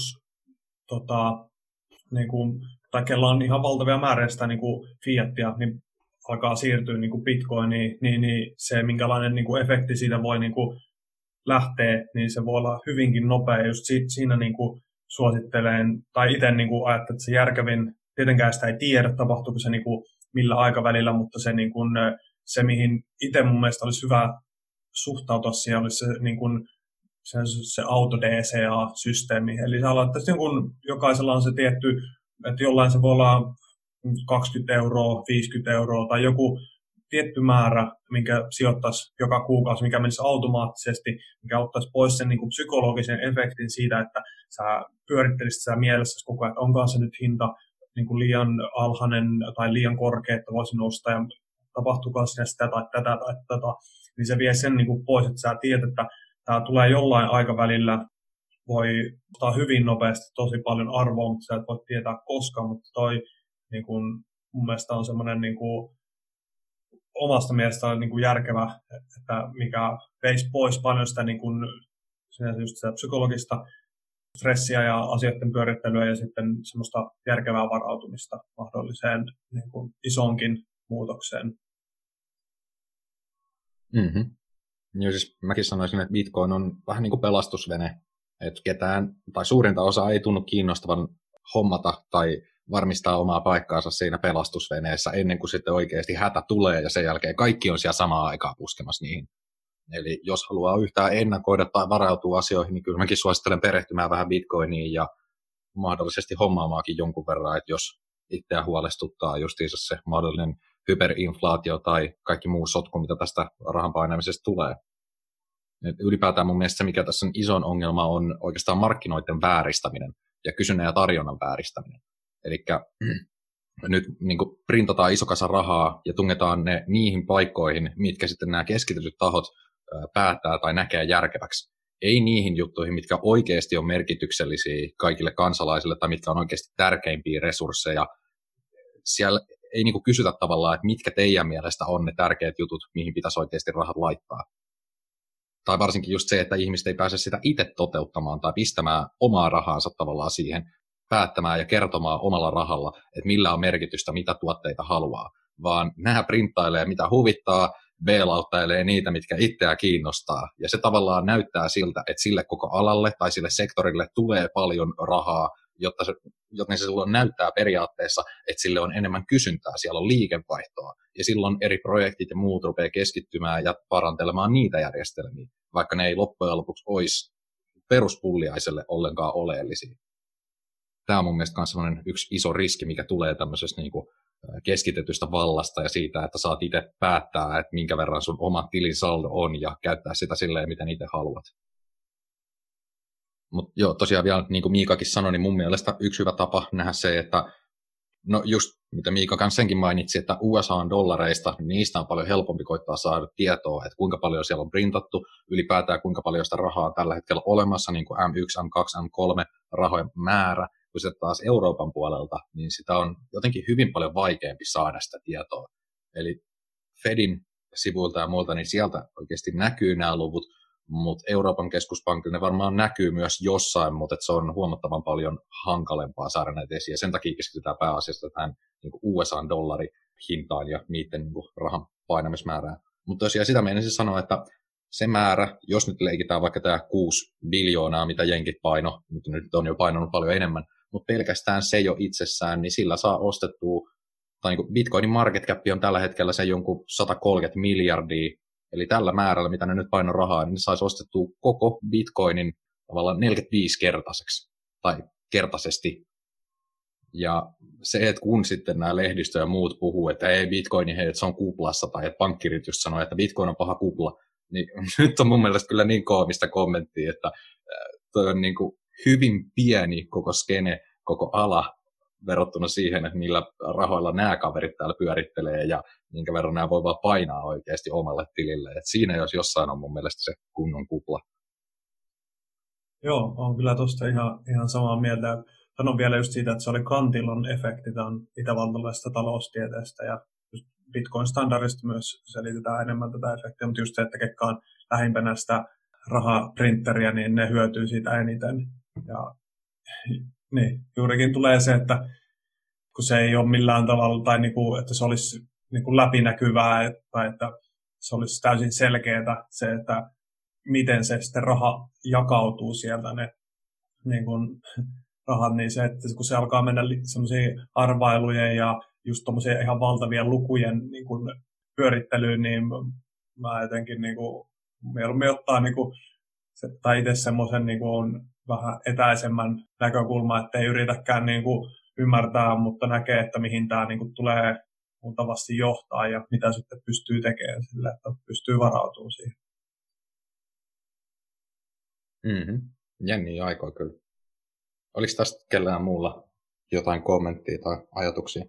Speaker 2: niin kuin, tai kella on ihan valtavia määriä sitä niin kuin fiattia, niin alkaa siirtyä niin kuin Bitcoiniin, niin se minkälainen niin kuin efekti siitä voi niin kuin lähteä, niin se voi olla hyvinkin nopea. Just siinä niin kuin suosittelen, tai itse niin kuin ajattelen, että se järkevin, tietenkään sitä ei tiedä, tapahtuuko se niin kuin millä aikavälillä, mutta se, niin kuin, se mihin itse mun mielestä olisi hyvä suhtautua siihen, olisi se niin kuin se auto DCA-systeemi. Eli sä aloittaisit jokaisella on se tietty, että jollain se voi olla 20 euroa, 50 euroa tai joku tietty määrä, minkä sijoittaisi joka kuukausi, mikä menisi automaattisesti, mikä ottaisi pois sen niin kuin psykologisen efektin siitä, että sä pyörittelisit sitä mielessä koko ajan, että onkaan se nyt hinta niin kuin liian alhainen tai liian korkea, että voisin nostaa ja tapahtuuko siinä sitä tai tätä tai tätä, niin se vie sen niin kuin pois, että sä tiedät, että tämä tulee jollain aikavälillä, voi ottaa hyvin nopeasti tosi paljon arvoa, mutta sä et voi tietää koskaan, mutta toi niin kuin, mun mielestä on semmoinen niin kuin, omasta mielestä on niin kuin järkevä, että mikä veisi pois paljon sitä, niin kuin, just sitä psykologista stressiä ja asioiden pyörittelyä ja sitten semmoista järkevää varautumista mahdolliseen niin kuin isoonkin muutokseen.
Speaker 1: Mm-hmm. Joo, siis mäkin sanoisin, että Bitcoin on vähän niin kuin pelastusvene, että ketään tai suurinta osaa ei tunnu kiinnostavan hommata tai varmistaa omaa paikkaansa siinä pelastusveneessä ennen kuin sitten oikeasti hätä tulee ja sen jälkeen kaikki on siellä samaan aikaan puskemassa niihin. Eli jos haluaa yhtään ennakoida tai varautua asioihin, niin kyllä mäkin suosittelen perehtymään vähän Bitcoiniin ja mahdollisesti hommaamaakin jonkun verran, että jos itseä huolestuttaa justiinsa se mahdollinen hyperinflaatio tai kaikki muu sotku, mitä tästä rahan painamisesta tulee. Et ylipäätään mun mielestä se, mikä tässä on ison ongelma, on oikeastaan markkinoiden vääristäminen ja kysynnän ja tarjonnan vääristäminen. Eli nyt niin kuin printataan iso kasa rahaa ja tungetaan ne niihin paikkoihin, mitkä sitten nämä keskitetyt tahot päättää tai näkee järkeväksi. Ei niihin juttuihin, mitkä oikeasti on merkityksellisiä kaikille kansalaisille tai mitkä on oikeasti tärkeimpiä resursseja. Siellä ei niin kuin kysytä tavallaan, että mitkä teidän mielestä on ne tärkeät jutut, mihin pitäisi oikeasti rahat laittaa. Tai varsinkin just se, että ihmiset ei pääse sitä itse toteuttamaan tai pistämään omaa rahaansa tavallaan siihen, päättämään ja kertomaan omalla rahalla, että millä on merkitystä, mitä tuotteita haluaa, vaan nämä printtailee, mitä huvittaa, bailauttailee niitä, mitkä itseä kiinnostaa. Ja se tavallaan näyttää siltä, että sille koko alalle tai sille sektorille tulee paljon rahaa, joten se silloin näyttää periaatteessa, että sille on enemmän kysyntää, siellä on liikevaihtoa. Ja silloin eri projektit ja muut rupeaa keskittymään ja parantelemaan niitä järjestelmiä, vaikka ne ei loppujen lopuksi olisi peruspulliaiselle ollenkaan oleellisia. Tämä on mun mielestä myös yksi iso riski, mikä tulee tämmöisestä niin kuin keskitetystä vallasta ja siitä, että saat itse päättää, että minkä verran sun oma tilisaldo on ja käyttää sitä silleen, miten itse haluat. Mutta joo, tosiaan vielä niin kuin Miikakin sanoi, niin mun mielestä yksi hyvä tapa nähdä se, että no just mitä Miika kanssa senkin mainitsi, että USA-dollareista, niin niistä on paljon helpompi koittaa saada tietoa, että kuinka paljon siellä on printattu, ylipäätään kuinka paljon sitä rahaa on tällä hetkellä olemassa, niin kuin M1, M2, M3 rahojen määrä, kun se taas Euroopan puolelta, niin sitä on jotenkin hyvin paljon vaikeampi saada sitä tietoa. Eli Fedin sivuilta ja muilta, niin sieltä oikeasti näkyy nämä luvut, mutta Euroopan keskuspankilla ne varmaan näkyy myös jossain, mutta se on huomattavan paljon hankalempaa saada näitä esiin. Ja sen takia keskitytään pääasiassa tähän niin USA-dollarihintaan ja niiden niin rahan painamismäärään. Mutta tosiaan sitä meinasin sanoa, että se määrä, jos nyt leikitään vaikka tämä 6 biljoonaa, mitä jenkit paino, nyt on jo painanut paljon enemmän, mutta pelkästään se jo itsessään, niin sillä saa ostettua, tai niin Bitcoinin market cap on tällä hetkellä se jonkun 130 miljardia, eli tällä määrällä, mitä ne nyt paino rahaa, niin ne saisi ostettua koko Bitcoinin tavallaan 45-kertaiseksi, tai kertaisesti. Ja se, että kun sitten nämä lehdistö ja muut puhuu, että ei Bitcoin, hei, että se on kuplassa, tai että pankkirit just sanoo, että Bitcoin on paha kupla, niin nyt on mun mielestä kyllä niin koomista kommenttia, että toi on niin kuin hyvin pieni koko skene, koko ala verrattuna siihen, että millä rahoilla nämä kaverit täällä pyörittelee ja minkä verran nämä voi vaan painaa oikeasti omalle tilille. Et siinä jos jossain on mun mielestä se kunnon kupla.
Speaker 2: Joo, on kyllä tuosta ihan samaa mieltä. Sanon vielä just siitä, että se oli Cantillon efekti tämän itävaltalaisesta taloustieteestä ja Bitcoin-standardista myös selitetään enemmän tätä efektiä, mutta just se, että ketkä on lähimpänä sitä rahaprinteriä, niin ne hyötyy siitä eniten. Ja niin, juurikin tulee se, että kun se ei ole millään tavalla, tai niinku, että se olisi niinku läpinäkyvää, tai että se olisi täysin selkeää se, että miten se sitten raha jakautuu sieltä ne niin kun, rahat, niin se, että kun se alkaa mennä semmoisiin arvailujen ja just tuommoisia ihan valtavien lukujen niin kun, pyörittelyyn, niin mä jotenkin niin kun, mieluummin ottaa niin kun, tai itse semmoisen niin kuin vähän etäisemmän näkökulman, että ei yritäkään niin kuin ymmärtää, mutta näkee, että mihin tämä niin kuin tulee luultavasti johtaa ja mitä sitten pystyy tekemään sille, että pystyy varautumaan siihen.
Speaker 1: Mm-hmm. Jänniä aikaa kyllä. Oliko tästä kellään muulla jotain kommenttia tai ajatuksia?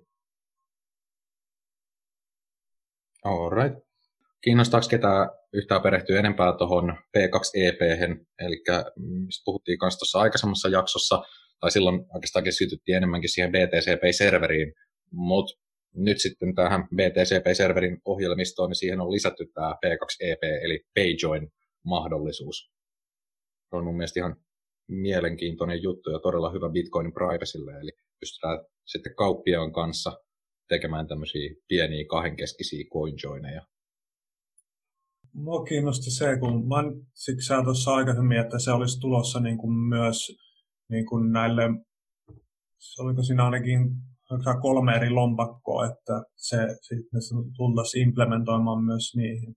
Speaker 1: All right. Kiinnostaako ketään yhtään perehtyä enempää tuohon P2EP-hen, eli mistä puhuttiin myös tuossa aikaisemmassa jaksossa, tai silloin oikeastaan keskityttiin enemmänkin siihen BTCP-serveriin, mutta nyt sitten tähän BTCP-serverin ohjelmistoon, niin siihen on lisätty tämä P2EP, eli PayJoin-mahdollisuus. Se on mun mielestä ihan mielenkiintoinen juttu ja todella hyvä Bitcoinin privacylle, eli pystytään sitten kauppiaan kanssa tekemään tämmöisiä pieniä kahdenkeskisiä coinjoineja.
Speaker 2: Mua kiinnosti se, kun siksi tuossa aikaisemmin, että se olisi tulossa niin kuin myös niin kuin näille, oliko siinä ainakin 3 eri lompakkoa, että se sitten tultaisiin implementoimaan myös niihin.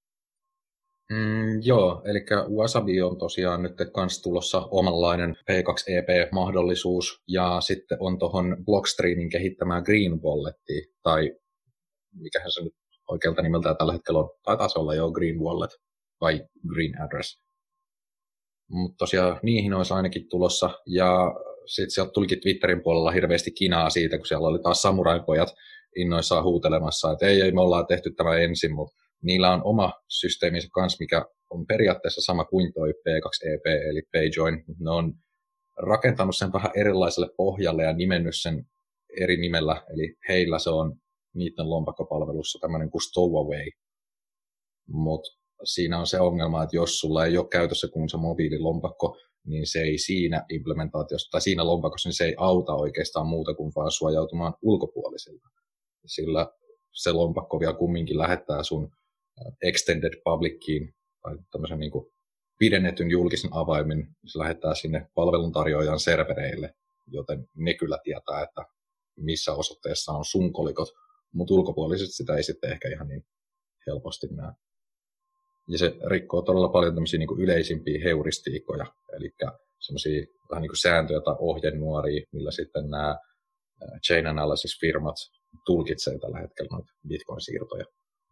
Speaker 1: Joo, eli Wasabi on tosiaan nyt kans tulossa omanlainen P2EP-mahdollisuus, ja sitten on tuohon Blockstreamin kehittämään Green Walletti, tai mikähän se nyt oikealta nimeltään tällä hetkellä on, taitaa se olla jo Green Wallet, vai Green Address. Mutta tosiaan niihin olisi ainakin tulossa, ja sitten sieltä tulikin Twitterin puolella hirveästi kinaa siitä, kun siellä oli taas samuraipojat innoissaan huutelemassa, että ei, me ollaan tehty tämä ensin, mutta niillä on oma systeeminsä kanssa, mikä on periaatteessa sama kuin toi P2EP, eli PayJoin. Ne on rakentanut sen vähän erilaiselle pohjalle ja nimennyt sen eri nimellä, eli heillä se on niiden lompakkopalvelussa tämmöinen kuin Stowaway. Mutta siinä on se ongelma, että jos sulla ei ole käytössä kuin se mobiililompakko, niin se ei siinä implementaatiossa tai siinä lompakossa, niin se ei auta oikeastaan muuta kuin vaan suojautumaan ulkopuolisilta. Sillä se lompakko vielä kumminkin lähettää sun extended publiciin tai tämmöisen niin kuin pidennetyn julkisen avaimen, se lähettää sinne palveluntarjoajan servereille, joten ne kyllä tietää, että missä osoitteessa on sun kolikot, mutta ulkopuolisesti sitä ei sitten ehkä ihan niin helposti näe. Ja se rikkoo todella paljon tämmöisiä niin kuin yleisimpiä heuristiikkoja, eli semmoisia vähän niin kuin sääntöjä tai ohjenuoria, millä sitten nämä chain analysis-firmat tulkitsee tällä hetkellä noita Bitcoin-siirtoja.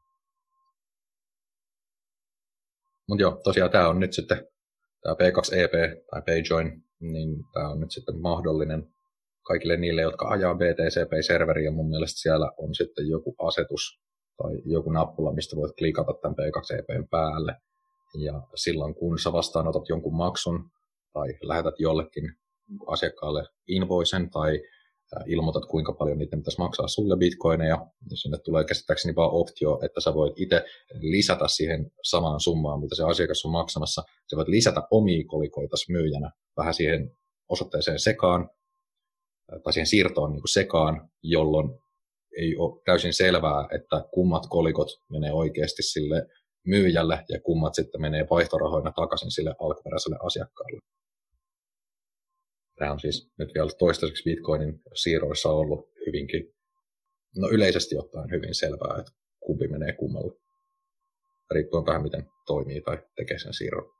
Speaker 1: Mutta joo, tosiaan tämä on nyt sitten, tämä P2EP tai PayJoin, niin tämä on nyt sitten mahdollinen kaikille niille, jotka ajaa BTCP-serveriä. Mun mielestä siellä on sitten joku asetus tai joku nappula, mistä voit klikata tämän P2EPn päälle. Ja silloin kun sä vastaanotat jonkun maksun tai lähetät jollekin asiakkaalle invoicen tai ilmoitat, kuinka paljon niiden pitäisi maksaa sulle bitcoineja, niin sinne tulee käsittääkseni vaan optio, että sä voit itse lisätä siihen samaan summaan, mitä se asiakas on maksamassa. Sä voit lisätä omia kolikoitasi myyjänä vähän siihen osoitteeseen sekaan, tai siihen siirtoon niin kuin sekaan, jolloin ei ole täysin selvää, että kummat kolikot menee oikeasti sille myyjälle ja kummat sitten menee vaihtorahoina takaisin sille alkuperäiselle asiakkaalle. Tämä on siis nyt vielä toistaiseksi Bitcoinin siirroissa ollut hyvinkin, no yleisesti ottaen hyvin selvää, että kumpi menee kummalle. Riippuen vähän miten toimii tai tekee sen siirron.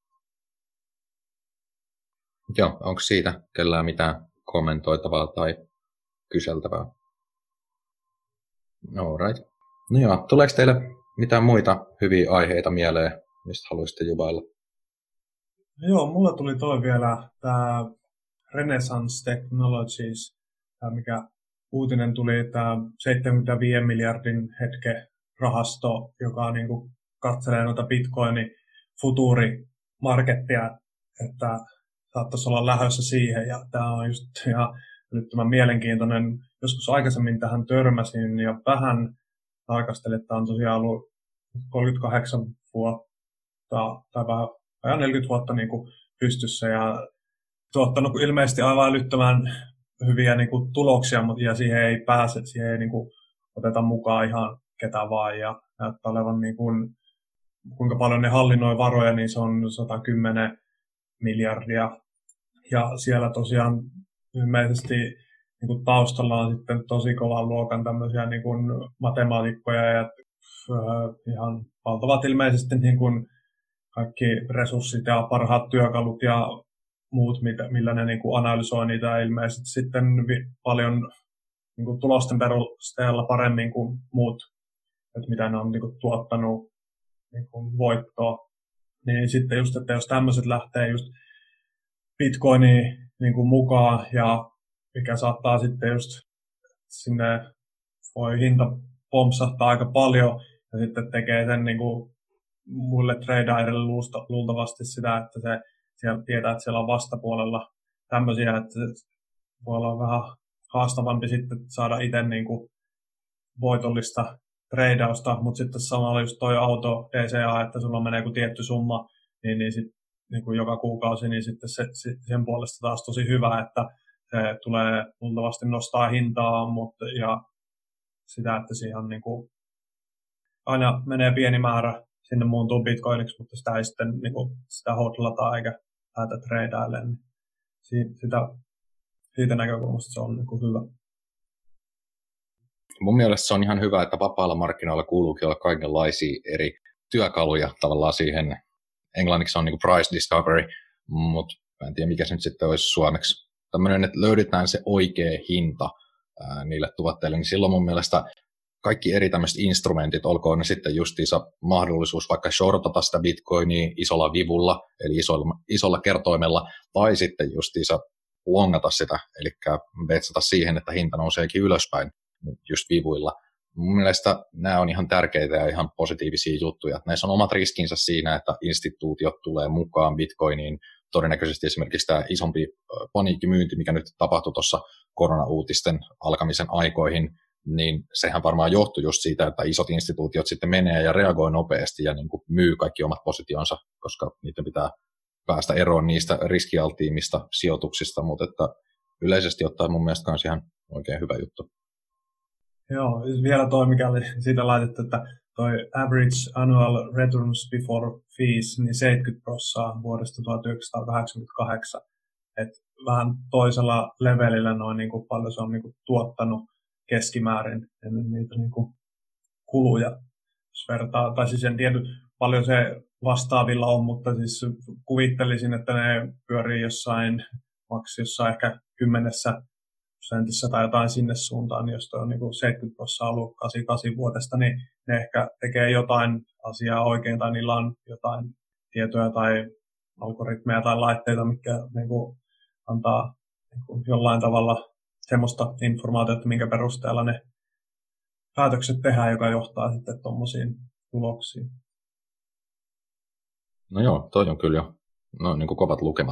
Speaker 1: Joo, onko siitä kellään mitään kommentoitavaa tai kyseltävää? Alright. No joo, tuleeko teille mitään muita hyviä aiheita mieleen, mistä haluaisitte juvailla?
Speaker 2: Joo, mulla tuli toi vielä tämä Renaissance Technologies, mikä uutinen tuli, tämä 75 miljardin rahasto, joka niinku katselee noita Bitcoinin futuurimarkettia, että saattaisi olla lähdössä siihen. Ja tämä on just ihan älyttömän mielenkiintoinen. Joskus aikaisemmin tähän törmäsin ja vähän tarkastelin, että on tosiaan ollut 38 vuotta tai vähän 40 vuotta niin kuin pystyssä ja tuottanut ilmeisesti aivan älyttömän hyviä niin kuin tuloksia, ja siihen ei pääse, siihen ei niin kuin oteta mukaan ihan ketä vaan, ja näyttää olevan niin kuin, kuinka paljon ne hallinnoi varoja, niin se on 110 miljardia, ja siellä tosiaan ilmeisesti niin kuin taustalla on sitten tosi kovan luokan tämmöisiä niin kuin matemaatikkoja, ja ihan valtavat ilmeisesti niin kuin kaikki resurssit ja parhaat työkalut ja muut, millä ne niin kuin analysoi niitä ja ilmeisesti sitten paljon niin kuin tulosten perusteella paremmin kuin muut, että mitä ne on niin kuin tuottanut niin kuin voittoa. Niin sitten just, että jos tämmöiset lähtee just Bitcoiniin niin kuin mukaan ja mikä saattaa sitten just sinne voi hinta pompsahtaa aika paljon ja sitten tekee sen niin kuin muille tradeaille luultavasti sitä, että se siellä tietää, että siellä on vastapuolella tämmöisiä, että se voi olla vähän haastavampi sitten saada itse niin kuin voitollista treidausta, mutta sitten samalla just toi auto DCA, että sulla menee joku tietty summa, niin sit, niin kuin joka kuukausi, niin sitten sen puolesta taas tosi hyvä, että se tulee luultavasti nostaa hintaa, ja sitä, että siihen on niin kuin, aina menee pieni määrä sinne muuntuu bitcoiniksi, mutta sitä ei sitten niin kuin, sitä hodlata eikä lähdetä treidaille, niin siitä näkökulmasta se on niin kuin hyvä.
Speaker 1: Mun mielestä se on ihan hyvä, että vapaalla markkinoilla kuuluukin olla kaikenlaisia eri työkaluja tavallaan siihen. Englanniksi on niin kuin price discovery, mutta en tiedä mikä se nyt sitten olisi suomeksi. Tämmöinen, että löydetään se oikea hinta niille tuotteille, niin silloin mun mielestä kaikki eri tämmöiset instrumentit, olkoon ne sitten justiinsa mahdollisuus vaikka shortata sitä bitcoinia isolla vivulla, eli isolla kertoimella, tai sitten justiinsa longata sitä, eli betsata siihen, että hinta nouseekin ylöspäin just vivuilla. Mun mielestä nämä on ihan tärkeitä ja ihan positiivisia juttuja. Näissä on omat riskinsä siinä, että instituutiot tulee mukaan bitcoiniin. Todennäköisesti esimerkiksi tämä isompi paniikkimyynti, mikä nyt tapahtui tuossa koronauutisten alkamisen aikoihin, niin sehän varmaan johtui just siitä, että isot instituutiot sitten menee ja reagoi nopeasti ja niin kuin myy kaikki omat positionsa, koska niiden pitää päästä eroon niistä riskialtiimista sijoituksista, mutta että yleisesti ottaen mun mielestä myös ihan oikein hyvä juttu.
Speaker 2: Joo, vielä toi, mikä oli siitä laitettu, että toi average annual returns before fees, niin 70% vuodesta 1988. Et vähän toisella levelillä noin niin kuin paljon se on niin kuin tuottanut keskimäärin ennen niitä niin kuin kuluja. Jos vertaa, tai siis en tiedä paljon se vastaavilla on, mutta siis kuvittelisin, että ne pyörii jossain ehkä 10% tai jotain sinne suuntaan, niin jos toi on niin kuin 70% ollut 88 vuodesta, niin ne ehkä tekee jotain asiaa oikein, tai niillä on jotain tietoja tai algoritmeja tai laitteita, mitkä niin kuin antaa niin kuin jollain tavalla semmoista informaatiota, minkä perusteella ne päätökset tehdään, joka johtaa sitten tuommoisiin tuloksiin.
Speaker 1: No joo, toi on kyllä jo niin kuin kovat lukemat.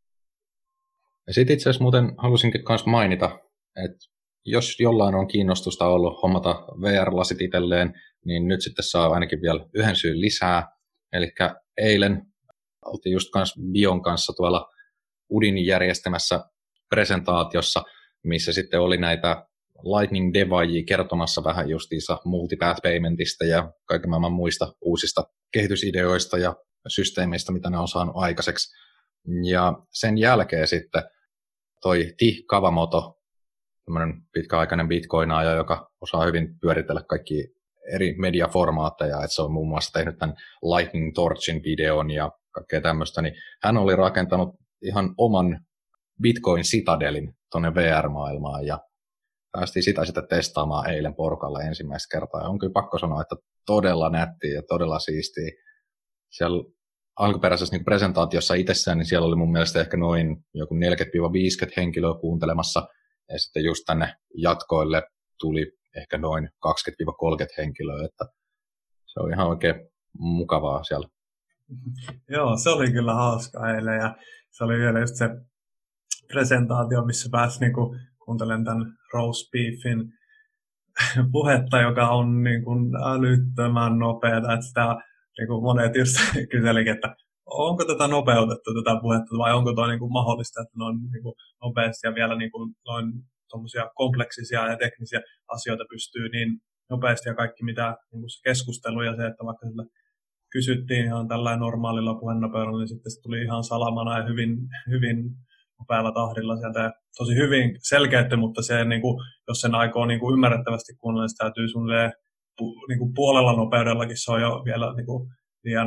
Speaker 1: Ja sitten itse asiassa muuten halusinkin myös mainita, että jos jollain on kiinnostusta ollut hommata VR-lasit itselleen, niin nyt sitten saa ainakin vielä yhden syyn lisää. Eli eilen oltiin just Bion kanssa tuolla Udinin järjestämässä presentaatiossa, missä sitten oli näitä Lightning Devaajia kertomassa vähän justiinsa multipath paymentista ja kaiken maailman muista uusista kehitysideoista ja systeemeistä, mitä ne on saanut aikaiseksi. Ja sen jälkeen sitten toi Ti Kawamoto, tämmöinen pitkäaikainen bitcoinaaja, joka osaa hyvin pyöritellä kaikki eri mediaformaatteja, että se on muun muassa tehnyt tämän Lightning Torchin videon ja kaikkea tämmöistä, niin hän oli rakentanut ihan oman Bitcoin-sitadelin tuonne VR-maailmaan ja päästiin sitä sitten testaamaan eilen porukalla ensimmäistä kertaa. Ja on kyllä pakko sanoa, että todella nättiä ja todella siistiä. Siellä alkuperäisessä niin presentaatiossa itsessään, niin siellä oli mun mielestä ehkä noin joku 40-50 henkilöä kuuntelemassa. Ja sitten just tänne jatkoille tuli ehkä noin 20-30 henkilöä. Että se oli ihan oikein mukavaa siellä.
Speaker 2: Joo, se oli kyllä hauska eilen. Ja se oli vielä just se presentaatio, missä pääsi niinku kuuntelen tämän roast beefin puhetta, joka on niin kuin älyttömän nopeata, että sitä niin kuin monet just kyselikin, että onko tätä nopeutettu tätä puhetta vai onko tuo niin kuin mahdollista, että noin niin kuin nopeasti ja vielä niin kuin noin tommosia kompleksisia ja teknisiä asioita pystyy niin nopeasti ja kaikki mitä niin kuin se keskustelu ja se, että vaikka sillä kysyttiin ihan tällainen normaalilla puhenopeudella, niin sitten se tuli ihan salamana ja hyvin nopealla tahdilla sieltä ja tosi hyvin selkeytty, mutta se, niin kuin, jos sen aikoo niin kuin ymmärrettävästi kuunnella, niin se täytyy suunnilleen niin kuin puolella nopeudellakin, se on jo vielä niin kuin liian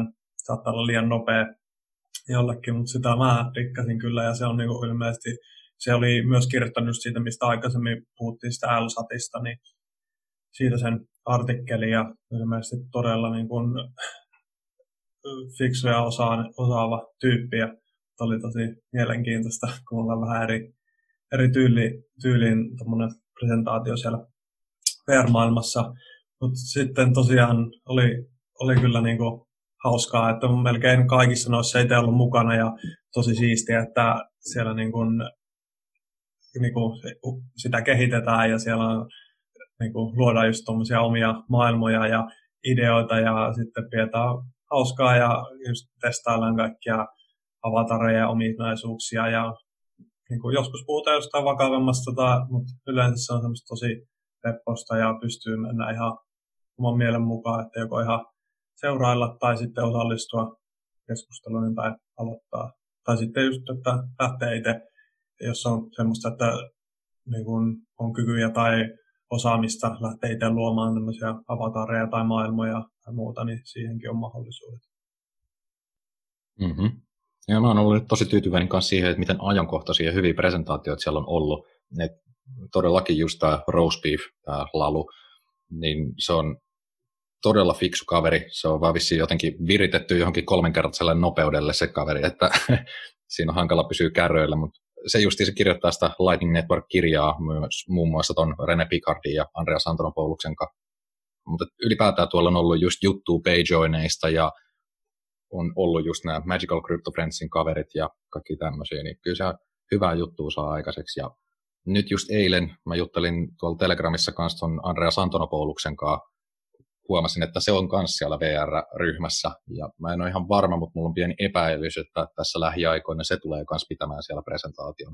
Speaker 2: saattaa olla liian nopea jollekin, mutta sitä mä rikkasin kyllä, ja se on niin kuin ilmeisesti, se oli myös kirjoittanut siitä, mistä aikaisemmin puhuttiin sitä LSATista, niin siitä sen artikkeli, ja ilmeisesti todella niin kuin fiksu ja osaava tyyppi, ja oli tosi mielenkiintoista kuulla vähän eri tyyliin presentaatio siellä VR-maailmassa, mutta sitten tosiaan oli kyllä niin kuin hauskaa, että melkein kaikissa noissa itse ollut mukana ja tosi siistiä, että siellä niin kuin sitä kehitetään ja siellä on, niin kuin luodaan just tuommoisia omia maailmoja ja ideoita ja sitten pidetään hauskaa ja just testaillaan kaikkia avatareja ja ominaisuuksia ja niin kuin joskus puhutaan jostain vakavammasta, mutta yleensä se on semmoista tosi lepposta ja pystyy mennä ihan oman mielen mukaan, että joko ihan seurailla tai sitten osallistua keskusteluun tai aloittaa. Tai sitten just, että lähtee itse, jos on semmoista, että niin kun on kykyjä tai osaamista, lähtee itse luomaan tämmöisiä avatareja tai maailmoja tai muuta, niin siihenkin on mahdollisuudet.
Speaker 1: Mm-hmm. Ja mä oon ollut nyt tosi tyytyväinen kanssa siihen, että miten ajankohtaisia ja hyviä presentaatioita siellä on ollut. Et todellakin just tämä roast beef, tämä Lalu, niin se on todella fiksu kaveri. Se on vaan vissiin jotenkin viritetty johonkin 3-kertaiselle nopeudelle se kaveri, että siinä on hankala pysyä kärryillä, mutta se justiin se kirjoittaa sitä Lightning Network-kirjaa myös muun muassa ton René Picardin ja Andreas Antonopouluksen kanssa. Mutta ylipäätään tuolla on ollut just juttua Payjoineista ja on ollut just nämä Magical Crypto Friendsin kaverit ja kaikki tämmöisiä, niin kyllä se hyvää juttua saa aikaiseksi. Ja nyt just eilen mä juttelin tuolla Telegramissa kanssa ton Andreas Antonopouluksen kanssa, huomasin, että se on kanssa siellä VR-ryhmässä, ja mä en ole ihan varma, mutta mulla on pieni epäilys, että tässä lähiaikoina se tulee myös pitämään siellä presentaation.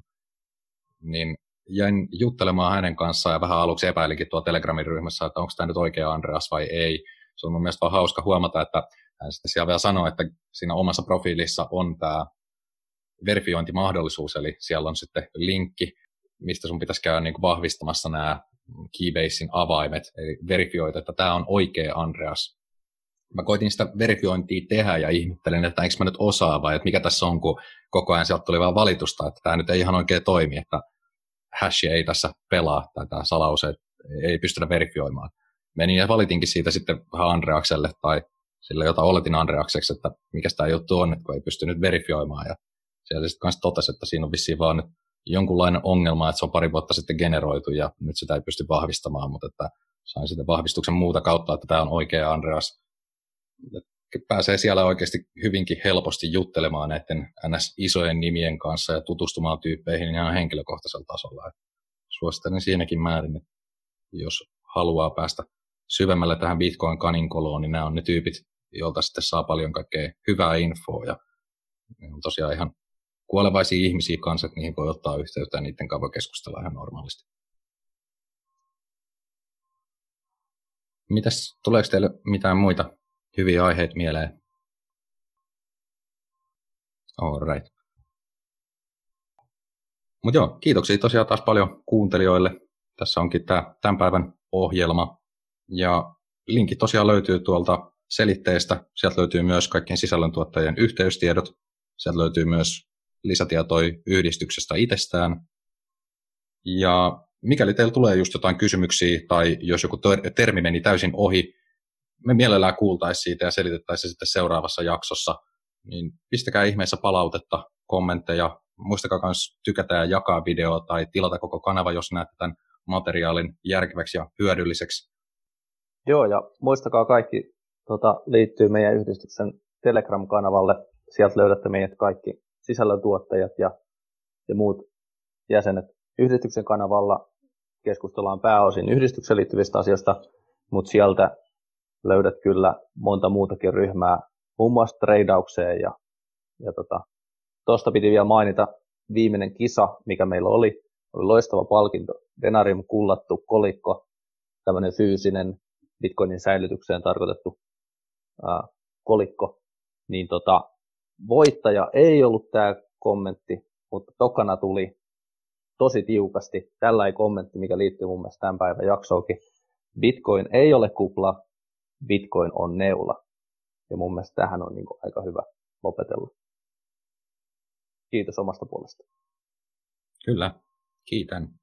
Speaker 1: Niin jäin juttelemaan hänen kanssaan, ja vähän aluksi epäilinkin tuolla Telegramin ryhmässä, että onko tämä nyt oikea Andreas vai ei. Se on mun mielestä vaan hauska huomata, että hän sitten siellä vielä sanoo, että siinä omassa profiilissa on tämä verifiointimahdollisuus, eli siellä on sitten linkki, mistä sun pitäisi käydä niin kuin vahvistamassa nämä Keybasein avaimet, eli verifioit, että tämä on oikea Andreas. Mä koitin sitä verifiointia tehdä ja ihmettelin, että eikö mä nyt osaa vai että mikä tässä on, kun koko ajan sieltä tuli vaan valitusta, että tämä nyt ei ihan oikein toimi, että hashi ei tässä pelaa tai tämä salaus ei pystytä verifioimaan. Menin ja valitinkin siitä sitten vähän Andreakselle tai sille, jota oletin Andreakseksi, että mikä tämä juttu on, että kun ei pysty nyt verifioimaan. Ja siellä sitten kanssa totesi, että siinä on vissiin vaan nyt jonkunlainen ongelma, että se on pari vuotta sitten generoitu ja nyt sitä ei pysty vahvistamaan, mutta että sain sitten vahvistuksen muuta kautta, että tämä on oikea Andreas. Pääsee siellä oikeasti hyvinkin helposti juttelemaan näiden NS-isojen nimien kanssa ja tutustumaan tyyppeihin ihan henkilökohtaisella tasolla. Suosittelen siinäkin määrin, että jos haluaa päästä syvemmälle tähän Bitcoin-kaninkoloon, niin nämä on ne tyypit, joilta sitten saa paljon kaikkea hyvää infoa ja ne on tosiaan ihan kuolevaisia ihmisiä kanssa, että niihin voi ottaa yhteyttä ja niiden kanssa voi keskustella ihan normaalisti. Mitäs, tuleeko teille mitään muita hyviä aiheita mieleen? All right. Mutta joo, kiitoksia tosiaan taas paljon kuuntelijoille. Tässä onkin tämä tämän päivän ohjelma. Ja linkki tosiaan löytyy tuolta selitteestä. Sieltä löytyy myös kaikkien sisällöntuottajien yhteystiedot. Sieltä löytyy myös lisätietoja yhdistyksestä itsestään. Ja mikäli teillä tulee just jotain kysymyksiä tai jos joku termi meni täysin ohi, me mielellään kuultaisiin siitä ja selitettäisiin sitten seuraavassa jaksossa. Niin pistäkää ihmeessä palautetta, kommentteja. Muistakaa myös tykätä ja jakaa videoa tai tilata koko kanava, jos näette tämän materiaalin järkeväksi ja hyödylliseksi.
Speaker 3: Joo, ja muistakaa kaikki liittyy meidän yhdistyksen Telegram-kanavalle. Sieltä löydätte meidät kaikki sisällöntuottajat ja muut jäsenet. Yhdistyksen kanavalla keskustellaan pääosin yhdistykseen liittyvistä asioista, mutta sieltä löydät kyllä monta muutakin ryhmää, muun muassa treidaukseen. Ja tuosta piti vielä mainita viimeinen kisa, mikä meillä oli loistava palkinto, Denarium kullattu kolikko, tämmöinen fyysinen Bitcoinin säilytykseen tarkoitettu kolikko, niin voittaja ei ollut tämä kommentti, mutta tokana tuli tosi tiukasti tällainen kommentti, mikä liittyy mun mielestä tämän päivän jaksoonkin. Bitcoin ei ole kupla, Bitcoin on neula. Ja mun mielestä tähän on niin kuin aika hyvä lopetella. Kiitos omasta puolesta.
Speaker 1: Kyllä, kiitän.